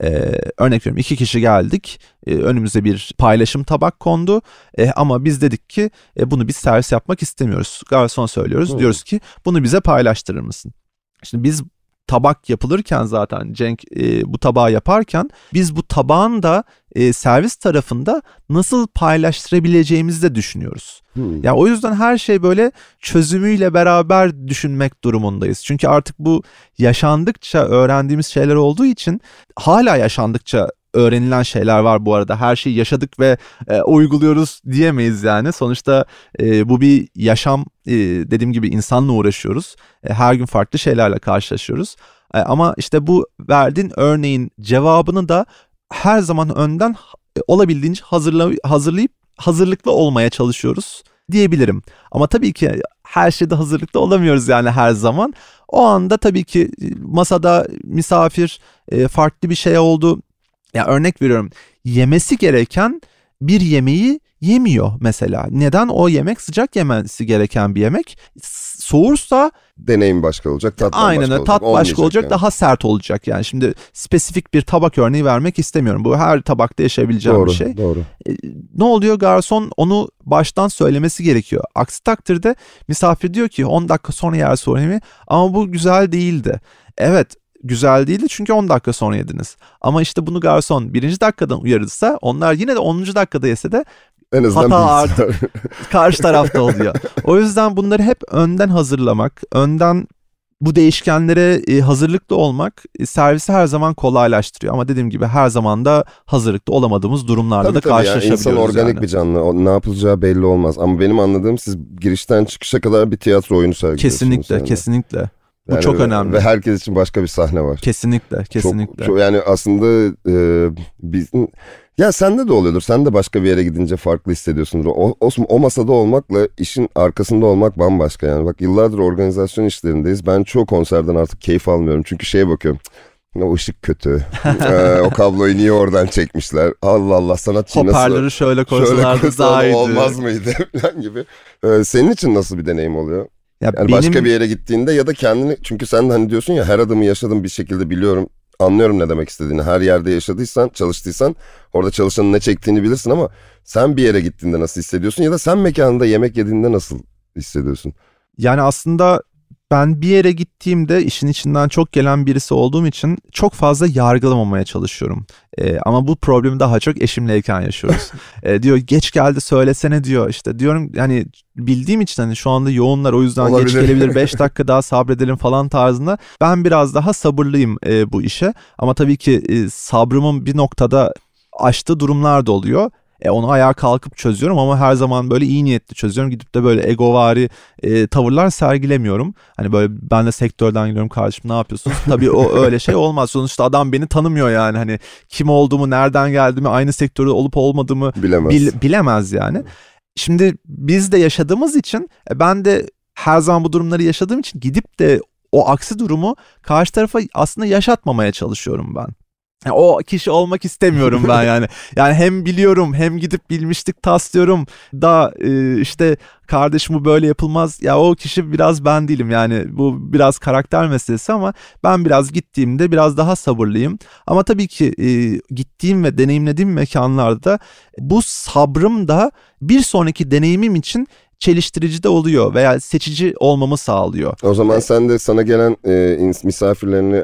Örnek veriyorum, 2 kişi geldik, önümüze bir paylaşım tabak kondu ama biz dedik ki bunu biz servis yapmak istemiyoruz. Garson söylüyoruz, diyoruz ki bunu bize paylaştırır mısın? Şimdi biz tabak yapılırken zaten Cenk bu tabağı yaparken biz bu tabağın da servis tarafında nasıl paylaştırabileceğimizi de düşünüyoruz. Yani o yüzden her şey böyle çözümüyle beraber düşünmek durumundayız. Çünkü artık bu yaşandıkça öğrendiğimiz şeyler olduğu için, hala yaşandıkça öğrenilen şeyler var bu arada. Her şeyi yaşadık ve uyguluyoruz diyemeyiz yani. Sonuçta bu bir yaşam, dediğim gibi insanla uğraşıyoruz. Her gün farklı şeylerle karşılaşıyoruz. Ama işte bu verdiğin örneğin cevabını da her zaman önden olabildiğince hazırlayıp hazırlıklı olmaya çalışıyoruz diyebilirim. Ama tabii ki her şeyde hazırlıklı olamıyoruz yani her zaman. O anda tabii ki masada misafir farklı bir şey oldu. Ya örnek veriyorum, yemesi gereken bir yemeği yemiyor mesela. Neden? O yemek sıcak yemesi gereken bir yemek. Soğursa deneyim başka olacak, tat aynen başka olacak. Tat başka olacak, yani. Daha sert olacak yani. Şimdi spesifik bir tabak örneği vermek istemiyorum. Bu her tabakta yaşayabileceğim bir şey. Doğru. Ne oluyor? Garson onu baştan söylemesi gerekiyor. Aksi takdirde misafir diyor ki 10 dakika sonra yersin o yemeği ama bu güzel değildi. Evet, güzel değildi çünkü 10 dakika sonra yediniz. Ama işte bunu garson 1. dakikadan uyarırsa onlar yine de 10. dakikada yese de en azından hata artık karşı tarafta oluyor. O yüzden bunları hep önden hazırlamak, önden bu değişkenlere hazırlıklı olmak servisi her zaman kolaylaştırıyor. Ama dediğim gibi her zaman da hazırlıklı olamadığımız durumlarla da karşılaşabiliyoruz. İnsan organik bir canlı. O ne yapılacağı belli olmaz. Ama benim anladığım siz girişten çıkışa kadar bir tiyatro oyunu sergiliyorsunuz. Kesinlikle. Bu yani çok önemli. Ve herkes için başka bir sahne var. Kesinlikle. Çok, yani aslında bizim... Ya sende de oluyordur. Sen de başka bir yere gidince farklı hissediyorsundur. O masada olmakla işin arkasında olmak bambaşka yani. Bak yıllardır organizasyon işlerindeyiz. Ben çoğu konserden artık keyif almıyorum. Çünkü şeye bakıyorum. O ışık kötü. O kabloyu niye oradan çekmişler? Allah Allah, sanatçıyı nasıl... Hoparlörü şöyle koysalardı daha iyiydi. Olmaz mıydı? Falan gibi. Senin için nasıl bir deneyim oluyor? Ya yani başka bir yere gittiğinde ya da kendini... Çünkü sen de hani diyorsun ya, her adımı yaşadım bir şekilde, biliyorum. Anlıyorum ne demek istediğini. Her yerde yaşadıysan, çalıştıysan orada çalışanın ne çektiğini bilirsin ama sen bir yere gittiğinde nasıl hissediyorsun ya da sen mekanında yemek yediğinde nasıl hissediyorsun? Yani aslında ben bir yere gittiğimde işin içinden çok gelen birisi olduğum için çok fazla yargılamamaya çalışıyorum. Ama bu problemi daha çok eşimleyken yaşıyoruz. Diyor geç geldi söylesene diyor. İşte diyorum yani bildiğim için hani şu anda yoğunlar, o yüzden olabilir. Geç gelebilir 5 dakika daha sabredelim falan tarzında. Ben biraz daha sabırlıyım bu işe. Ama tabii ki sabrımın bir noktada aştığı durumlar da oluyor. Onu ayağa kalkıp çözüyorum ama her zaman böyle iyi niyetli çözüyorum. Gidip de böyle egovari tavırlar sergilemiyorum. Hani böyle ben de sektörden geliyorum, kardeşim ne yapıyorsunuz? Tabii o öyle şey olmaz. Sonuçta adam beni tanımıyor yani. Hani kim olduğumu, nereden geldiğimi, aynı sektörde olup olmadığımı bilemez yani. Şimdi biz de yaşadığımız için ben de her zaman bu durumları yaşadığım için gidip de o aksi durumu karşı tarafa aslında yaşatmamaya çalışıyorum ben. O kişi olmak istemiyorum ben yani. Yani hem biliyorum hem gidip bilmişlik taslıyorum da işte kardeşim bu böyle yapılmaz. Ya o kişi biraz ben değilim yani, bu biraz karakter meselesi ama ben biraz gittiğimde biraz daha sabırlıyım. Ama tabii ki gittiğim ve deneyimlediğim mekanlarda bu sabrım da bir sonraki deneyimim için çeliştirici de oluyor veya seçici olmamı sağlıyor. O zaman sen de sana gelen misafirlerini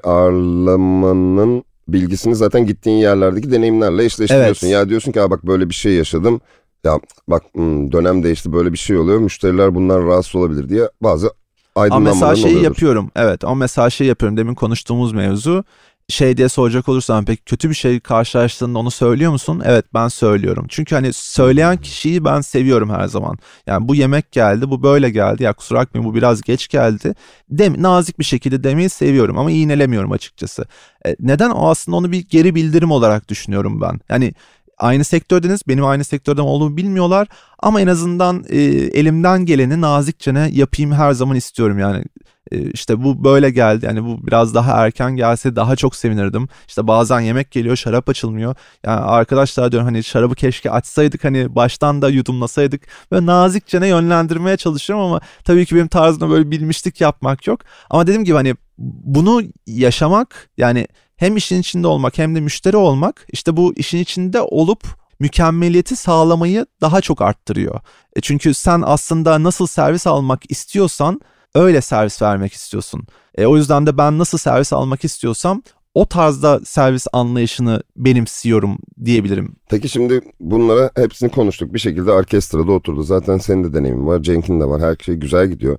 ağırlamanın bilgisini zaten gittiğin yerlerdeki deneyimlerle eşleştiriyorsun. Evet. Ya diyorsun ki bak böyle bir şey yaşadım. Ya bak dönem değişti, böyle bir şey oluyor. Müşteriler bundan rahatsız olabilir diye bazı aydınlanmaların oluyordur. Ama mesela yapıyorum. Evet, ama mesela yapıyorum. Demin konuştuğumuz mevzu. Diye soracak olursan peki kötü bir şey karşılaştığında onu söylüyor musun? Evet, ben söylüyorum. Çünkü hani söyleyen kişiyi ben seviyorum her zaman. Yani bu yemek geldi, bu böyle geldi. Ya kusura bakmayın bu biraz geç geldi. Nazik bir şekilde demeyi seviyorum ama iğnelemiyorum açıkçası. Neden? O aslında onu bir geri bildirim olarak düşünüyorum ben. Yani aynı sektördeniz, benim aynı sektörden olduğumu bilmiyorlar ama en azından elimden geleni nazikçe yapayım her zaman istiyorum yani. İşte bu böyle geldi, yani bu biraz daha erken gelse daha çok sevinirdim. İşte bazen yemek geliyor, şarap açılmıyor. Yani arkadaşlar diyorum hani şarabı keşke açsaydık, hani baştan da yudumlasaydık. Böyle nazikçe yönlendirmeye çalışıyorum ama tabii ki benim tarzımda böyle bilmişlik yapmak yok. Ama dediğim gibi hani bunu yaşamak, yani hem işin içinde olmak hem de müşteri olmak, işte bu işin içinde olup mükemmeliyeti sağlamayı daha çok arttırıyor. Çünkü sen aslında nasıl servis almak istiyorsan öyle servis vermek istiyorsun. O yüzden de ben nasıl servis almak istiyorsam o tarzda servis anlayışını benimsiyorum diyebilirim. Peki şimdi bunlara hepsini konuştuk. Bir şekilde orkestrada oturdu. Zaten senin de deneyimin var, Cenk'in de var. Her şey güzel gidiyor.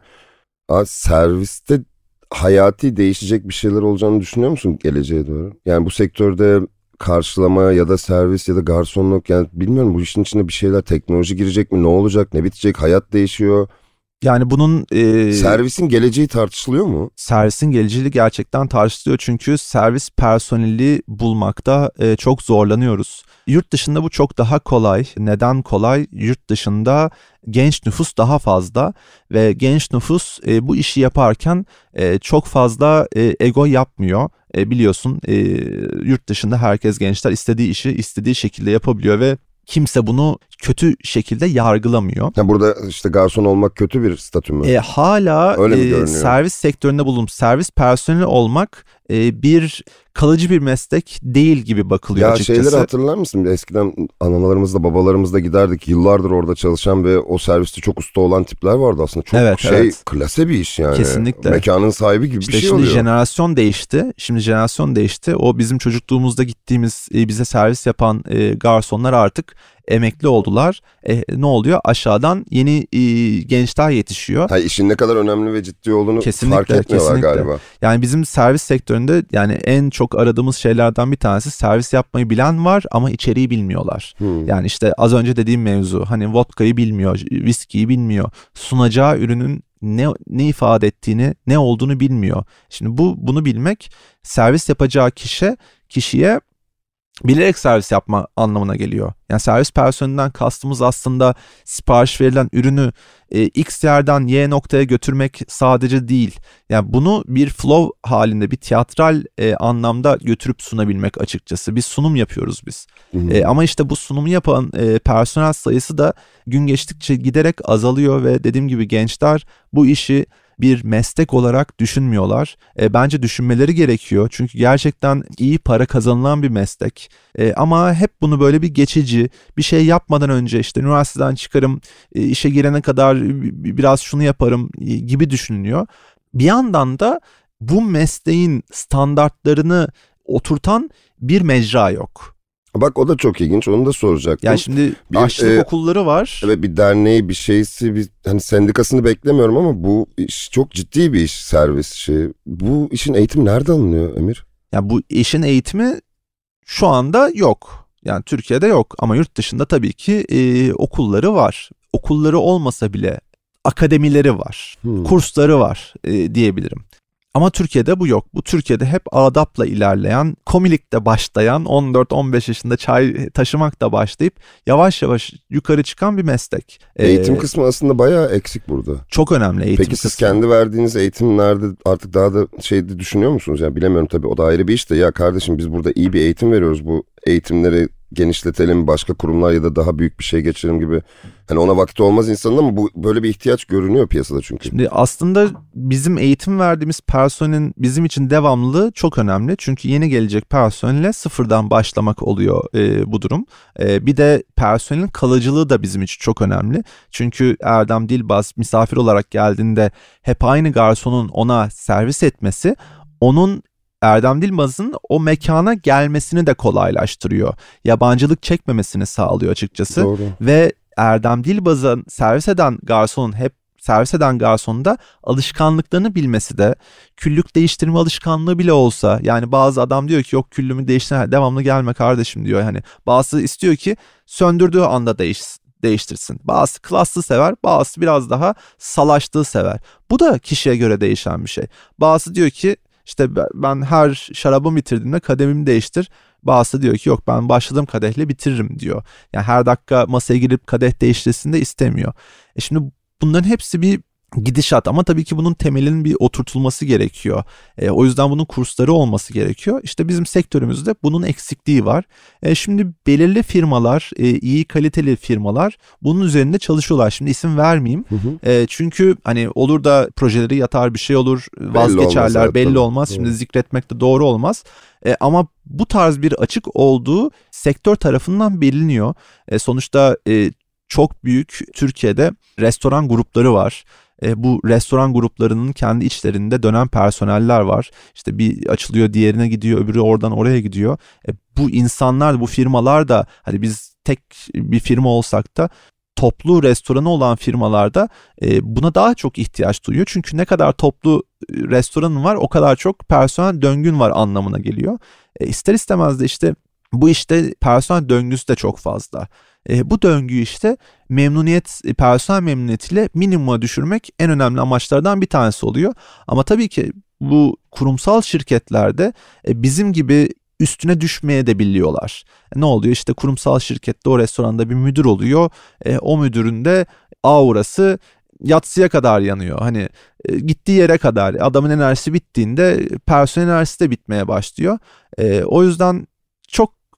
Serviste hayati değişecek bir şeyler olacağını düşünüyor musun geleceğe doğru? Yani bu sektörde karşılama ya da servis ya da garsonluk, yani bilmiyorum, bu işin içine bir şeyler, teknoloji girecek mi? Ne olacak? Ne bitecek? Hayat değişiyor. Yani bunun... servisin geleceği tartışılıyor mu? Servisin geleceği gerçekten tartışılıyor çünkü servis personeli bulmakta çok zorlanıyoruz. Yurt dışında bu çok daha kolay. Neden kolay? Yurt dışında genç nüfus daha fazla ve genç nüfus bu işi yaparken çok fazla ego yapmıyor. Biliyorsun yurt dışında herkes, gençler istediği işi istediği şekilde yapabiliyor ve kimse bunu kötü şekilde yargılamıyor. Ya burada işte garson olmak kötü bir statü mü? Hala servis sektöründe bulunup servis personeli olmak bir kalıcı bir meslek değil gibi bakılıyor açıkçası. Ya şeyleri hatırlar mısın? Eskiden analarımızla babalarımızla giderdik. Yıllardır orada çalışan ve o serviste çok usta olan tipler vardı aslında. Çok klase bir iş yani. Kesinlikle. Mekanın sahibi gibi bir şey oluyor. Şimdi jenerasyon değişti. O bizim çocukluğumuzda gittiğimiz bize servis yapan garsonlar artık emekli oldular. Ne oluyor? Aşağıdan yeni gençler yetişiyor. İşin ne kadar önemli ve ciddi olduğunu fark etmiyorlar galiba. Yani bizim servis sektöründe yani en çok aradığımız şeylerden bir tanesi servis yapmayı bilen var ama içeriği bilmiyorlar. Yani işte az önce dediğim mevzu, hani vodkayı bilmiyor, viskiyi bilmiyor. Sunacağı ürünün ne ifade ettiğini, ne olduğunu bilmiyor. Şimdi bunu bilmek servis yapacağı kişiye bilerek servis yapma anlamına geliyor. Yani servis personelinden kastımız aslında sipariş verilen ürünü X yerden Y noktaya götürmek sadece değil. Yani bunu bir flow halinde, bir tiyatral anlamda götürüp sunabilmek açıkçası. Bir sunum yapıyoruz biz. Ama işte bu sunumu yapan personel sayısı da gün geçtikçe giderek azalıyor ve dediğim gibi gençler bu işi bir meslek olarak düşünmüyorlar. Bence düşünmeleri gerekiyor. Çünkü gerçekten iyi para kazanılan bir meslek. Ama hep bunu böyle bir geçici, bir şey yapmadan önce işte üniversiteden çıkarım, işe girene kadar biraz şunu yaparım gibi düşünülüyor. Bir yandan da bu mesleğin standartlarını oturtan bir mecra yok. Bak o da çok ilginç, onu da soracaktım. Yani şimdi aşçılık okulları var. Evet, bir derneği, bir şeysi, hani sendikasını beklemiyorum ama bu iş çok ciddi bir iş, servis işi. Bu işin eğitimi nerede alınıyor Emir? Yani bu işin eğitimi şu anda yok. Yani Türkiye'de yok ama yurt dışında tabii ki okulları var. Okulları olmasa bile akademileri var, kursları var diyebilirim. Ama Türkiye'de bu yok. Bu Türkiye'de hep adapla ilerleyen, komilikte başlayan, 14-15 yaşında çay taşımakla başlayıp yavaş yavaş yukarı çıkan bir meslek. Eğitim kısmı aslında bayağı eksik burada. Çok önemli eğitim kısmı. Peki siz kendi verdiğiniz eğitimlerde artık daha da düşünüyor musunuz? Yani bilemiyorum tabii, o da ayrı bir iş de. Ya kardeşim, biz burada iyi bir eğitim veriyoruz. Bu eğitimleri genişletelim, başka kurumlar ya da daha büyük bir şey geçirelim gibi. Hani ona vakti olmaz insanın ama bu böyle bir ihtiyaç görünüyor piyasada çünkü. Şimdi aslında bizim eğitim verdiğimiz personelin bizim için devamlılığı çok önemli. Çünkü yeni gelecek personelle sıfırdan başlamak oluyor bu durum. Bir de personelin kalıcılığı da bizim için çok önemli. Çünkü Erdem Dilbaz misafir olarak geldiğinde hep aynı garsonun ona servis etmesi, onun Erdem Dilbaz'ın o mekana gelmesini de kolaylaştırıyor. Yabancılık çekmemesini sağlıyor açıkçası. Doğru. Ve Erdem Dilbaz'ın servis eden garsonun da alışkanlıklarını bilmesi de, küllük değiştirme alışkanlığı bile olsa, yani bazı adam diyor ki yok küllümü değiştirme, devamlı gelme kardeşim diyor. Hani bazısı istiyor ki söndürdüğü anda değiştirsin. Bazısı klaslı sever, bazısı biraz daha salaştığı sever. Bu da kişiye göre değişen bir şey. Bazısı diyor ki İşte ben her şarabımı bitirdiğimde kadehimi değiştir. Bazısı diyor ki yok, ben başladığım kadehle bitiririm diyor. Yani her dakika masaya girip kadeh değiştirsin de istemiyor. Şimdi bunların hepsi bir gidişat ama tabii ki bunun temelinin bir oturtulması gerekiyor. O yüzden bunun kursları olması gerekiyor. İşte bizim sektörümüzde bunun eksikliği var. Şimdi belirli firmalar, iyi kaliteli firmalar bunun üzerinde çalışıyorlar. Şimdi isim vermeyeyim. Çünkü hani olur da projeleri yatar, bir şey olur, vazgeçerler, belli olmaz. Şimdi zikretmek de doğru olmaz. Ama bu tarz bir açık olduğu sektör tarafından biliniyor. Sonuçta çok büyük Türkiye'de restoran grupları var. Bu restoran gruplarının kendi içlerinde dönen personeller var. İşte bir açılıyor, diğerine gidiyor, öbürü oradan oraya gidiyor. Bu insanlar, bu firmalar da, hani biz tek bir firma olsak da toplu restoranı olan firmalarda buna daha çok ihtiyaç duyuyor. Çünkü ne kadar toplu restoranın var, o kadar çok personel döngün var anlamına geliyor. İster istemez de işte bu işte personel döngüsü de çok fazla. Bu döngüyü işte personel memnuniyetiyle minimuma düşürmek en önemli amaçlardan bir tanesi oluyor. Ama tabii ki bu kurumsal şirketlerde bizim gibi üstüne düşmeye de biliyorlar. Ne oluyor? İşte kurumsal şirkette o restoranda bir müdür oluyor. O müdürün de aurası yatsıya kadar yanıyor. Hani gittiği yere kadar, adamın enerjisi bittiğinde personel enerjisi de bitmeye başlıyor. O yüzden çok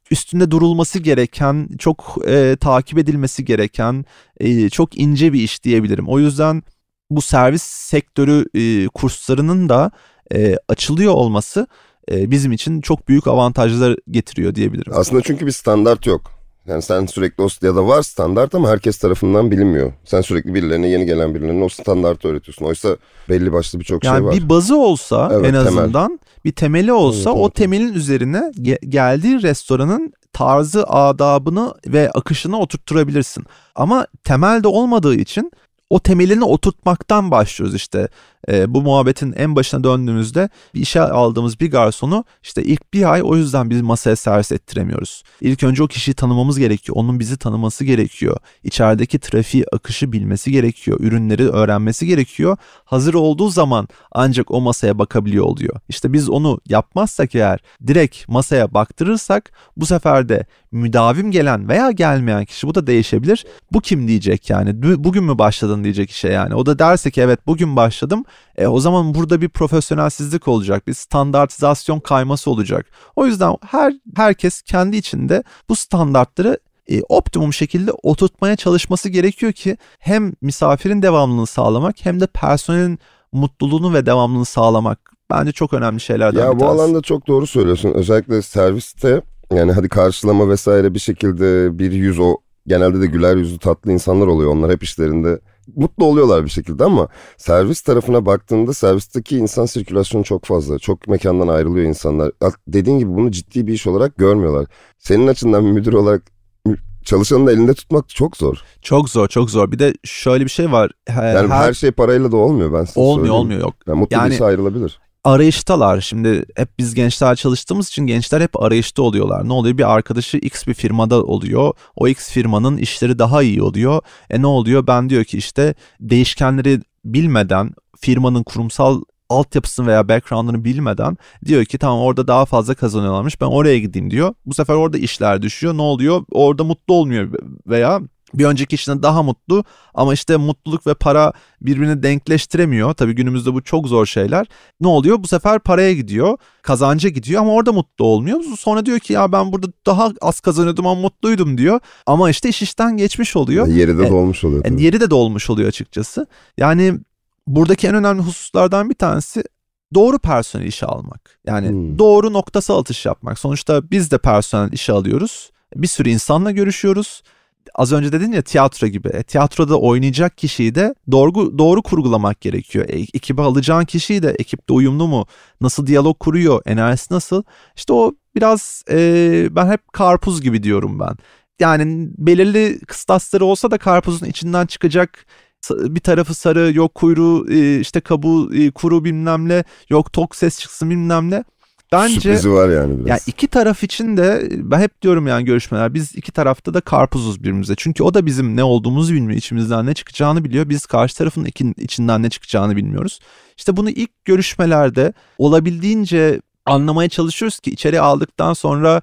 üstünde durulması gereken, çok takip edilmesi gereken çok ince bir iş diyebilirim. O yüzden bu servis sektörü kurslarının da açılıyor olması bizim için çok büyük avantajlar getiriyor diyebilirim. Aslında çünkü bir standart yok. Yani sen sürekli ya da var standart ama herkes tarafından bilinmiyor. Sen sürekli yeni gelen birilerine o standartı öğretiyorsun. Oysa belli başlı birçok şey var. Yani bir bazı olsa evet, en azından bir temeli olsa evet. O temelin üzerine geldiği restoranın tarzı, adabını ve akışını oturtturabilirsin. Ama temelde olmadığı için o temelini oturtmaktan başlıyoruz işte. Bu muhabbetin en başına döndüğümüzde bir işe aldığımız bir garsonu işte ilk bir ay o yüzden biz masaya servis ettiremiyoruz. İlk önce o kişiyi tanımamız gerekiyor. Onun bizi tanıması gerekiyor. İçerideki trafiği, akışı bilmesi gerekiyor. Ürünleri öğrenmesi gerekiyor. Hazır olduğu zaman ancak o masaya bakabiliyor oluyor. İşte biz onu yapmazsak eğer, direkt masaya baktırırsak bu sefer de müdavim gelen veya gelmeyen kişi, bu da değişebilir. Bu kim diyecek yani? Bugün mü başladın diyecek işe yani. O da derse ki evet bugün başladım. O zaman burada bir profesyonelsizlik olacak, bir standartizasyon kayması olacak. O yüzden herkes kendi içinde bu standartları optimum şekilde oturtmaya çalışması gerekiyor ki hem misafirin devamlılığını sağlamak hem de personelin mutluluğunu ve devamlılığını sağlamak bence çok önemli şeylerden bir tanesi. Ya bu alanda çok doğru söylüyorsun. Özellikle serviste yani hadi karşılama vesaire bir şekilde bir yüz, o genelde de güler yüzlü tatlı insanlar oluyor. Onlar hep işlerinde mutlu oluyorlar bir şekilde ama servis tarafına baktığında servisteki insan sirkülasyonu çok fazla. Çok mekandan ayrılıyor insanlar. Dediğin gibi bunu ciddi bir iş olarak görmüyorlar. Senin açından bir müdür olarak çalışanın da elinde tutmak çok zor. Çok zor, çok zor. Bir de şöyle bir şey var. Yani her şey parayla da olmuyor, ben size söyleyeyim. Olmuyor yok. Yani mutlu birisi ayrılabilir. Arayıştalar. Şimdi hep biz gençler çalıştığımız için gençler hep arayışta oluyorlar. Ne oluyor? Bir arkadaşı X bir firmada oluyor. O X firmanın işleri daha iyi oluyor. Ne oluyor? Ben diyor ki işte değişkenleri bilmeden, firmanın kurumsal altyapısını veya background'ını bilmeden diyor ki tamam orada daha fazla kazanıyorlarmış, ben oraya gideyim diyor. Bu sefer orada işler düşüyor. Ne oluyor? Orada mutlu olmuyor veya bir önceki işine daha mutlu ama işte mutluluk ve para birbirini denkleştiremiyor. Tabii günümüzde bu çok zor şeyler. Ne oluyor? Bu sefer paraya gidiyor, kazanca gidiyor ama orada mutlu olmuyor. Sonra diyor ki ya ben burada daha az kazanıyordum ama mutluydum diyor. Ama işte iş işten geçmiş oluyor. Yeri de dolmuş oluyor. Yeri de dolmuş oluyor açıkçası. Yani buradaki en önemli hususlardan bir tanesi doğru personel işe almak. Yani doğru noktasal atış yapmak. Sonuçta biz de personel işe alıyoruz. Bir sürü insanla görüşüyoruz. Az önce dedin ya tiyatro gibi. Tiyatroda oynayacak kişiyi de doğru kurgulamak gerekiyor. Ekibe alacağın kişiyi de ekiple uyumlu mu? Nasıl diyalog kuruyor? Enerjisi nasıl? İşte o biraz ben hep karpuz gibi diyorum ben. Yani belirli kıstasları olsa da karpuzun içinden çıkacak, bir tarafı sarı, yok kuyruğu işte kabuğu kuru bilmem ne, yok tok ses çıksın bilmem ne. Bence sürprizi var yani biraz. Yani iki taraf için de ben hep diyorum yani görüşmeler, biz iki tarafta da karpuzuz birbirimize. Çünkü o da bizim ne olduğumuzu bilmiyor, içimizden ne çıkacağını biliyor. Biz karşı tarafın içinden ne çıkacağını bilmiyoruz. İşte bunu ilk görüşmelerde olabildiğince anlamaya çalışıyoruz ki içeri aldıktan sonra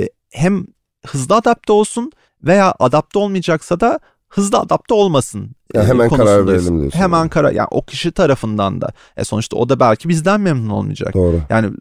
hem hızlı adapte olsun veya adapte olmayacaksa da hızlı adapte olmasın. Ya hemen karar verelim diyorsun. Hemen yani o kişi tarafından da. Sonuçta o da belki bizden memnun olmayacak. Doğru. Yani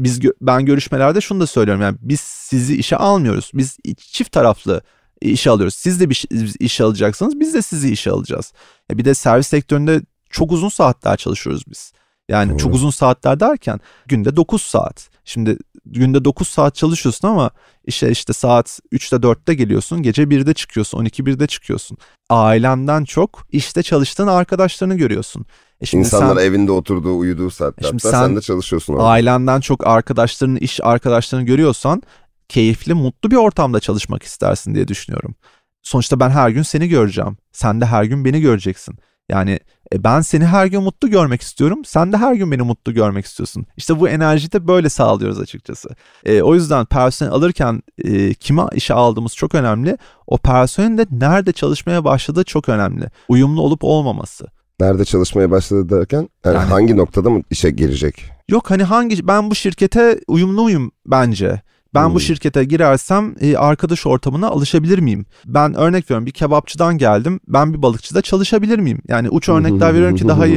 ben görüşmelerde şunu da söylüyorum, yani biz sizi işe almıyoruz. Biz çift taraflı işe alıyoruz. Siz de bir işe alacaksınız, biz de sizi işe alacağız. Bir de servis sektöründe çok uzun saatler çalışıyoruz biz. Yani doğru. Çok uzun saatler derken günde 9 saat. Şimdi günde 9 saat çalışıyorsun ama işte saat 3'te 4'te geliyorsun, gece 1'de çıkıyorsun, 12-1'de çıkıyorsun. Ailenden çok işte çalıştığın arkadaşlarını görüyorsun. İnsanlar evinde oturduğu, uyuduğu saatlerde sen de çalışıyorsun. Ailenden çok arkadaşlarını, iş arkadaşlarını görüyorsan keyifli, mutlu bir ortamda çalışmak istersin diye düşünüyorum. Sonuçta ben her gün seni göreceğim. Sen de her gün beni göreceksin. Yani ben seni her gün mutlu görmek istiyorum. Sen de her gün beni mutlu görmek istiyorsun. İşte bu enerjiyi de böyle sağlıyoruz açıkçası. O yüzden personel alırken kime işe aldığımız çok önemli. O personelin de nerede çalışmaya başladığı çok önemli. Uyumlu olup olmaması. Nerede çalışmaya başladı derken yani hangi noktada mı işe girecek? Yok ben bu şirkete uyumlu muyum bence? Ben bu şirkete girersem arkadaş ortamına alışabilir miyim? Ben örnek veriyorum, bir kebapçıdan geldim. Ben bir balıkçıda çalışabilir miyim? Yani uç örnekler veriyorum ki daha iyi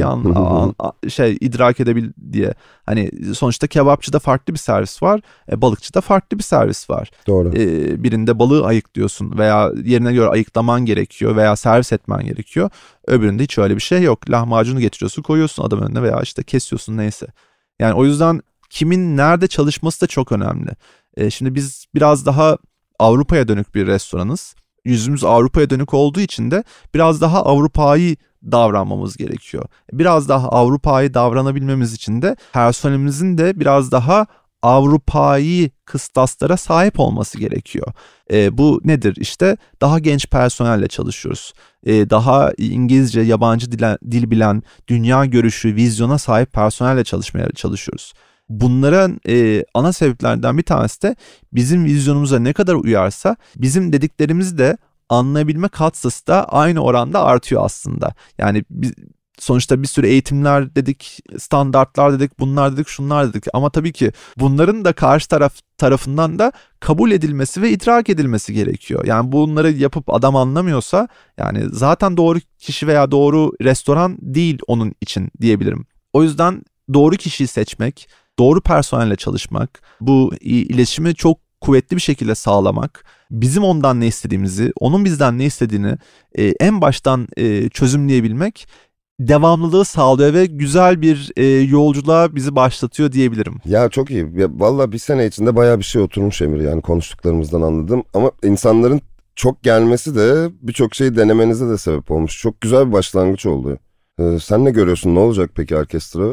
idrak edebil diye. Hani sonuçta kebapçıda farklı bir servis var. Balıkçıda farklı bir servis var. Doğru. Birinde balığı ayıklıyorsun veya yerine göre ayıklaman gerekiyor veya servis etmen gerekiyor. Öbüründe hiç öyle bir şey yok. Lahmacunu getiriyorsun, koyuyorsun adam önüne veya işte kesiyorsun, neyse. Yani o yüzden kimin nerede çalışması da çok önemli. Şimdi biz biraz daha Avrupa'ya dönük bir restoranız. Yüzümüz Avrupa'ya dönük olduğu için de biraz daha Avrupa'yı davranmamız gerekiyor. Biraz daha Avrupa'yı davranabilmemiz için de personelimizin de biraz daha Avrupa'yı kıstaslara sahip olması gerekiyor. Bu nedir? İşte daha genç personelle çalışıyoruz. Daha İngilizce, yabancı dil bilen, dünya görüşü, vizyona sahip personelle çalışmaya çalışıyoruz. Bunların ana sebeplerden bir tanesi de bizim vizyonumuza ne kadar uyarsa bizim dediklerimizi de anlayabilme katsası da aynı oranda artıyor aslında. Yani sonuçta bir sürü eğitimler dedik, standartlar dedik, bunlar dedik, şunlar dedik. Ama tabii ki bunların da karşı tarafından da kabul edilmesi ve idrak edilmesi gerekiyor. Yani bunları yapıp adam anlamıyorsa yani zaten doğru kişi veya doğru restoran değil onun için diyebilirim. O yüzden doğru kişiyi seçmek, doğru personelle çalışmak, bu iletişimi çok kuvvetli bir şekilde sağlamak, bizim ondan ne istediğimizi, onun bizden ne istediğini en baştan çözümleyebilmek devamlılığı sağlıyor ve güzel bir yolculuğa bizi başlatıyor diyebilirim. Ya çok iyi. Ya, vallahi bir sene içinde bayağı bir şey oturmuş Emir, yani konuştuklarımızdan anladım. Ama insanların çok gelmesi de birçok şeyi denemenize de sebep olmuş. Çok güzel bir başlangıç oldu. Sen ne görüyorsun? Ne olacak peki orkestra?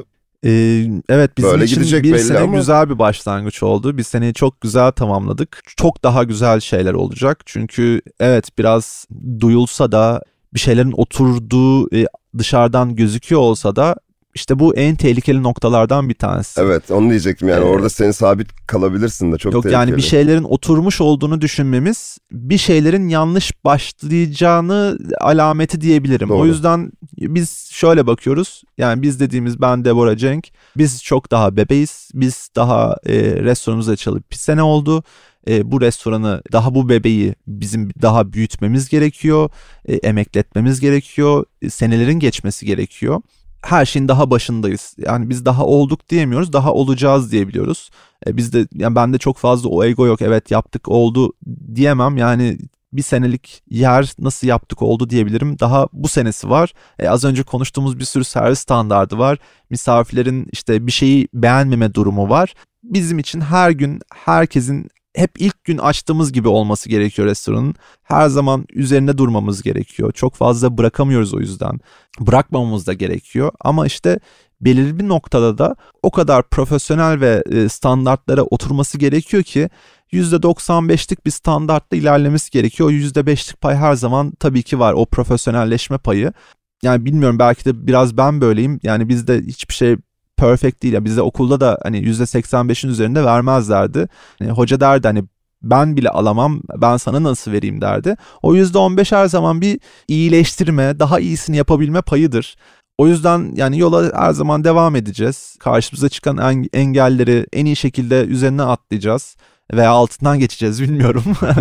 Evet, bizim böyle için bir sene ama güzel bir başlangıç oldu. Bir seneyi çok güzel tamamladık. Çok daha güzel şeyler olacak. Çünkü evet, biraz duyulsa da bir şeylerin oturduğu dışarıdan gözüküyor olsa da işte bu en tehlikeli noktalardan bir tanesi. Evet, onu diyecektim yani orada sen sabit kalabilirsin de çok yok, tehlikeli. Yani bir şeylerin oturmuş olduğunu düşünmemiz bir şeylerin yanlış başlayacağını alameti diyebilirim. Doğru. O yüzden biz şöyle bakıyoruz. Yani biz dediğimiz ben Deborah Cenk. Biz çok daha bebeğiz. Biz daha restoranımızı açalı bir sene oldu. Bu restoranı, daha bu bebeği bizim daha büyütmemiz gerekiyor. Emekletmemiz gerekiyor. Senelerin geçmesi gerekiyor. Her şeyin daha başındayız. Yani biz daha olduk diyemiyoruz, daha olacağız diyebiliyoruz. Bizde, yani bende çok fazla o ego yok. Evet, yaptık, oldu diyemem. Yani bir senelik yer nasıl yaptık oldu diyebilirim. Daha bu senesi var. Az önce konuştuğumuz bir sürü servis standardı var. Misafirlerin işte bir şeyi beğenmeme durumu var. Bizim için her gün herkesin hep ilk gün açtığımız gibi olması gerekiyor restoranın. Her zaman üzerinde durmamız gerekiyor. Çok fazla bırakamıyoruz o yüzden. Bırakmamamız da gerekiyor. Ama işte belirli bir noktada da o kadar profesyonel ve standartlara oturması gerekiyor ki %95'lik bir standartla ilerlemesi gerekiyor. O %5'lik pay her zaman tabii ki var, o profesyonelleşme payı. Yani bilmiyorum, belki de biraz ben böyleyim. Yani bizde hiçbir şey perfect değil. Yani bizde okulda da hani %85'in üzerinde vermezlerdi. Yani hoca derdi hani ben bile alamam, ben sana nasıl vereyim derdi. O %15 her zaman bir iyileştirme, daha iyisini yapabilme payıdır. O yüzden yani yola her zaman devam edeceğiz. Karşımıza çıkan engelleri en iyi şekilde üzerine atlayacağız veya altından geçeceğiz, bilmiyorum.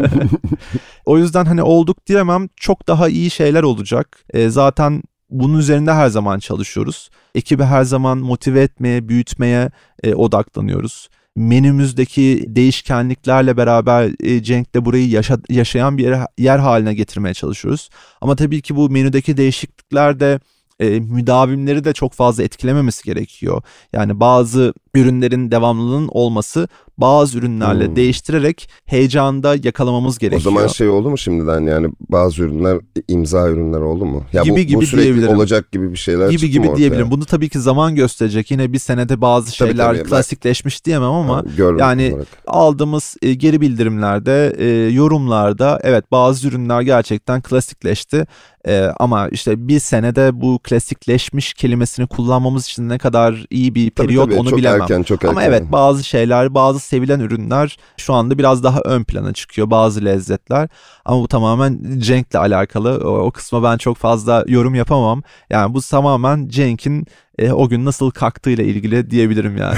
O yüzden hani olduk diyemem, çok daha iyi şeyler olacak. Zaten bunun üzerinde her zaman çalışıyoruz. Ekibi her zaman motive etmeye, büyütmeye odaklanıyoruz. Menümüzdeki değişkenliklerle beraber Cenk'le burayı yaşayan bir yer haline getirmeye çalışıyoruz. Ama tabii ki bu menüdeki değişiklikler de müdavimleri de çok fazla etkilememesi gerekiyor. Yani bazı ürünlerin devamlılığının olması, bazı ürünlerle değiştirerek heyecanda yakalamamız gerekiyor. O zaman şey oldu mu şimdiden, yani bazı ürünler imza ürünler oldu mu? Ya gibi bu sürekli diyebilirim. Olacak gibi bir şeyler çıktı mı gibi ortaya? diyebilirim. Bunu tabii ki zaman gösterecek. Yine bir senede bazı şeyler tabii. klasikleşmiş diyemem ama yani olarak aldığımız geri bildirimlerde, yorumlarda evet bazı ürünler gerçekten klasikleşti. Ama işte bir senede bu klasikleşmiş kelimesini kullanmamız için ne kadar iyi bir periyot onu çok bilemem. Çok ama evet, bazı şeyler, bazı sevilen ürünler şu anda biraz daha ön plana çıkıyor, bazı lezzetler. Ama bu tamamen Cenk'le alakalı. O kısma ben çok fazla yorum yapamam. Yani bu tamamen Cenk'in o gün nasıl kalktığıyla ilgili diyebilirim yani.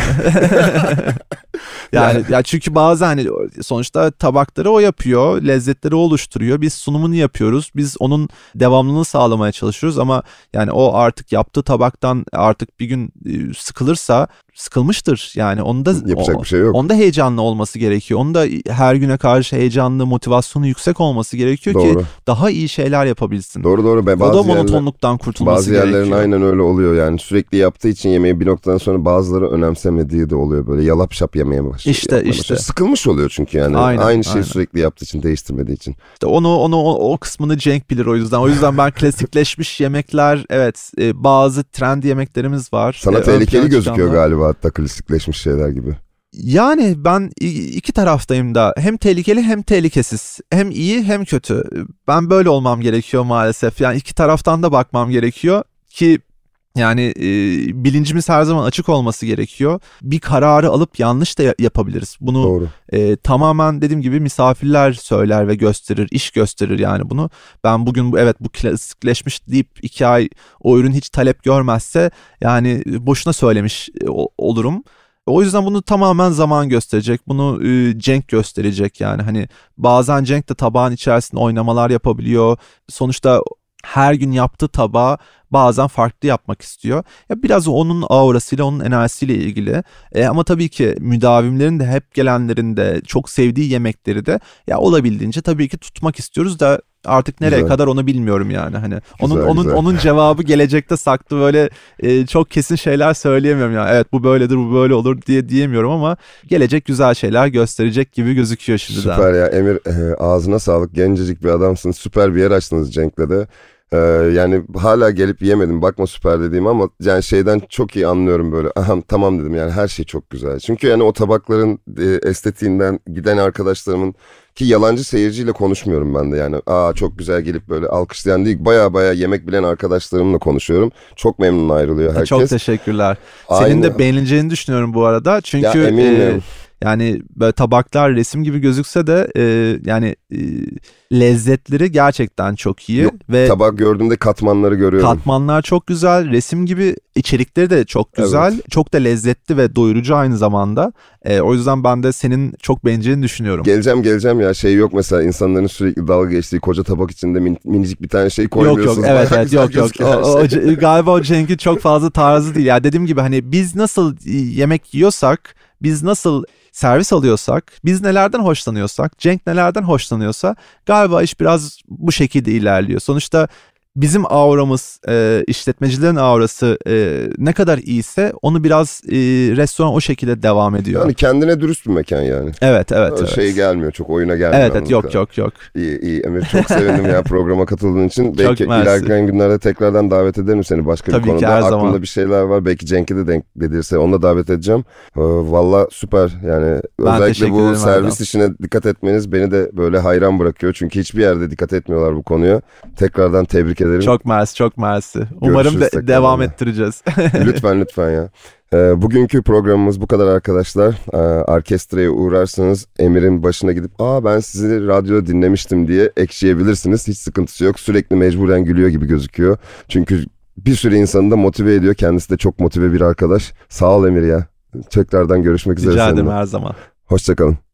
Yani ya çünkü bazen hani sonuçta tabakları o yapıyor, lezzetleri o oluşturuyor. Biz sunumunu yapıyoruz. Biz onun devamlılığını sağlamaya çalışıyoruz ama yani o artık yaptığı tabaktan artık bir gün sıkılırsa sıkılmıştır. Yani onda yapacak bir şey yok. Onda heyecanlı olması gerekiyor. Onda her güne karşı heyecanlı, motivasyonu yüksek olması gerekiyor ki daha iyi şeyler yapabilsin. Doğru. O da monotonluktan kurtulması gerekiyor. Bazı yerlerin aynen öyle oluyor yani. Sürekli yaptığı için yemeği bir noktadan sonra bazıları önemsemediği de oluyor. Böyle yalap şap yemeye başlıyor. İşte. Sıkılmış oluyor çünkü yani. Aynı şeyi sürekli yaptığı için, değiştirmediği için. İşte o kısmını Cenk bilir o yüzden. O yüzden ben klasikleşmiş yemekler, evet, bazı trend yemeklerimiz var. Sana tehlikeli gözüküyor galiba hatta klasikleşmiş şeyler gibi. Yani ben iki taraftayım da, hem tehlikeli hem tehlikesiz, hem iyi hem kötü. Ben böyle olmam gerekiyor maalesef. Yani iki taraftan da bakmam gerekiyor ki yani bilincimiz her zaman açık olması gerekiyor. Bir kararı alıp yanlış da yapabiliriz. Bunu tamamen dediğim gibi misafirler söyler ve gösterir, iş gösterir yani bunu. Ben bugün bu klasikleşmiş deyip 2 ay o ürün hiç talep görmezse yani boşuna söylemiş olurum. O yüzden bunu tamamen zaman gösterecek. Bunu Cenk gösterecek yani. Hani bazen Cenk de tabağın içerisinde oynamalar yapabiliyor. Sonuçta her gün yaptığı tabağı bazen farklı yapmak istiyor. Ya biraz onun aurasıyla, onun enerjisiyle ilgili. Ama tabii ki müdavimlerin de, hep gelenlerin de çok sevdiği yemekleri de ya olabildiğince tabii ki tutmak istiyoruz da artık nereye kadar onu bilmiyorum yani. Hani onun cevabı gelecekte saklı, böyle çok kesin şeyler söyleyemiyorum yani. Evet, bu böyledir, bu böyle olur diye diyemiyorum ama gelecek güzel şeyler gösterecek gibi gözüküyor şimdiden. Süper ya Emir, ağzına sağlık, gencecik bir adamsın. Süper bir yer açtınız Cenk'le de. Yani hala gelip yemedim, bakma süper dediğim, ama yani şeyden çok iyi anlıyorum böyle. Aha, tamam dedim yani, her şey çok güzel. Çünkü yani o tabakların estetiğinden giden arkadaşlarımın, ki yalancı seyirciyle konuşmuyorum ben de yani. Çok güzel gelip böyle alkışlayan değil, baya yemek bilen arkadaşlarımla konuşuyorum. Çok memnun ayrılıyor herkes. Çok teşekkürler. Senin de beğenileceğini düşünüyorum bu arada. Çünkü ya, eminim. Yani böyle tabaklar resim gibi gözükse de lezzetleri gerçekten çok iyi. Ve tabak gördüğümde katmanları görüyorum. Katmanlar çok güzel, resim gibi, içerikleri de çok güzel. Evet. Çok da lezzetli ve doyurucu aynı zamanda. O yüzden ben de senin çok beğeneceğini düşünüyorum. Geleceğim ya, şey yok mesela, insanların sürekli dalga geçtiği koca tabak içinde minicik bir tane şey koymuyorsunuz. Evet yok. Galiba o Cenk'in çok fazla tarzı değil. Ya dediğim gibi hani biz nasıl yemek yiyorsak, biz nasıl servis alıyorsak, biz nelerden hoşlanıyorsak, Cenk nelerden hoşlanıyorsa galiba iş biraz bu şekilde ilerliyor. Sonuçta bizim auramız, işletmecilerin aurası ne kadar iyiyse onu biraz restoran o şekilde devam ediyor. Yani kendine dürüst bir mekan yani. Evet. Şey gelmiyor, çok oyuna gelmiyor. Evet yok. İyi Emir, çok sevindim ya programa katıldığın için. Belki ilerleyen günlerde tekrardan davet ederim seni başka bir konuda. Aklımda zaman bir şeyler var. Belki Cenk'e de denk gelirse onu da davet edeceğim. Valla süper yani. Ben özellikle bu servis işine dikkat etmeniz beni de böyle hayran bırakıyor. Çünkü hiçbir yerde dikkat etmiyorlar bu konuya. Tekrardan tebrik ederim. Çok mersi. Umarım devam ettireceğiz. Lütfen ya. Bugünkü programımız bu kadar arkadaşlar. Orkestraya uğrarsanız Emir'in başına gidip ben sizi radyoda dinlemiştim diye ekşiyebilirsiniz. Hiç sıkıntısı yok. Sürekli mecburen gülüyor gibi gözüküyor. Çünkü bir sürü insanı da motive ediyor. Kendisi de çok motive bir arkadaş. Sağ ol Emir ya. Tekrardan görüşmek üzere. Rica ederim, her zaman. Hoşça kalın.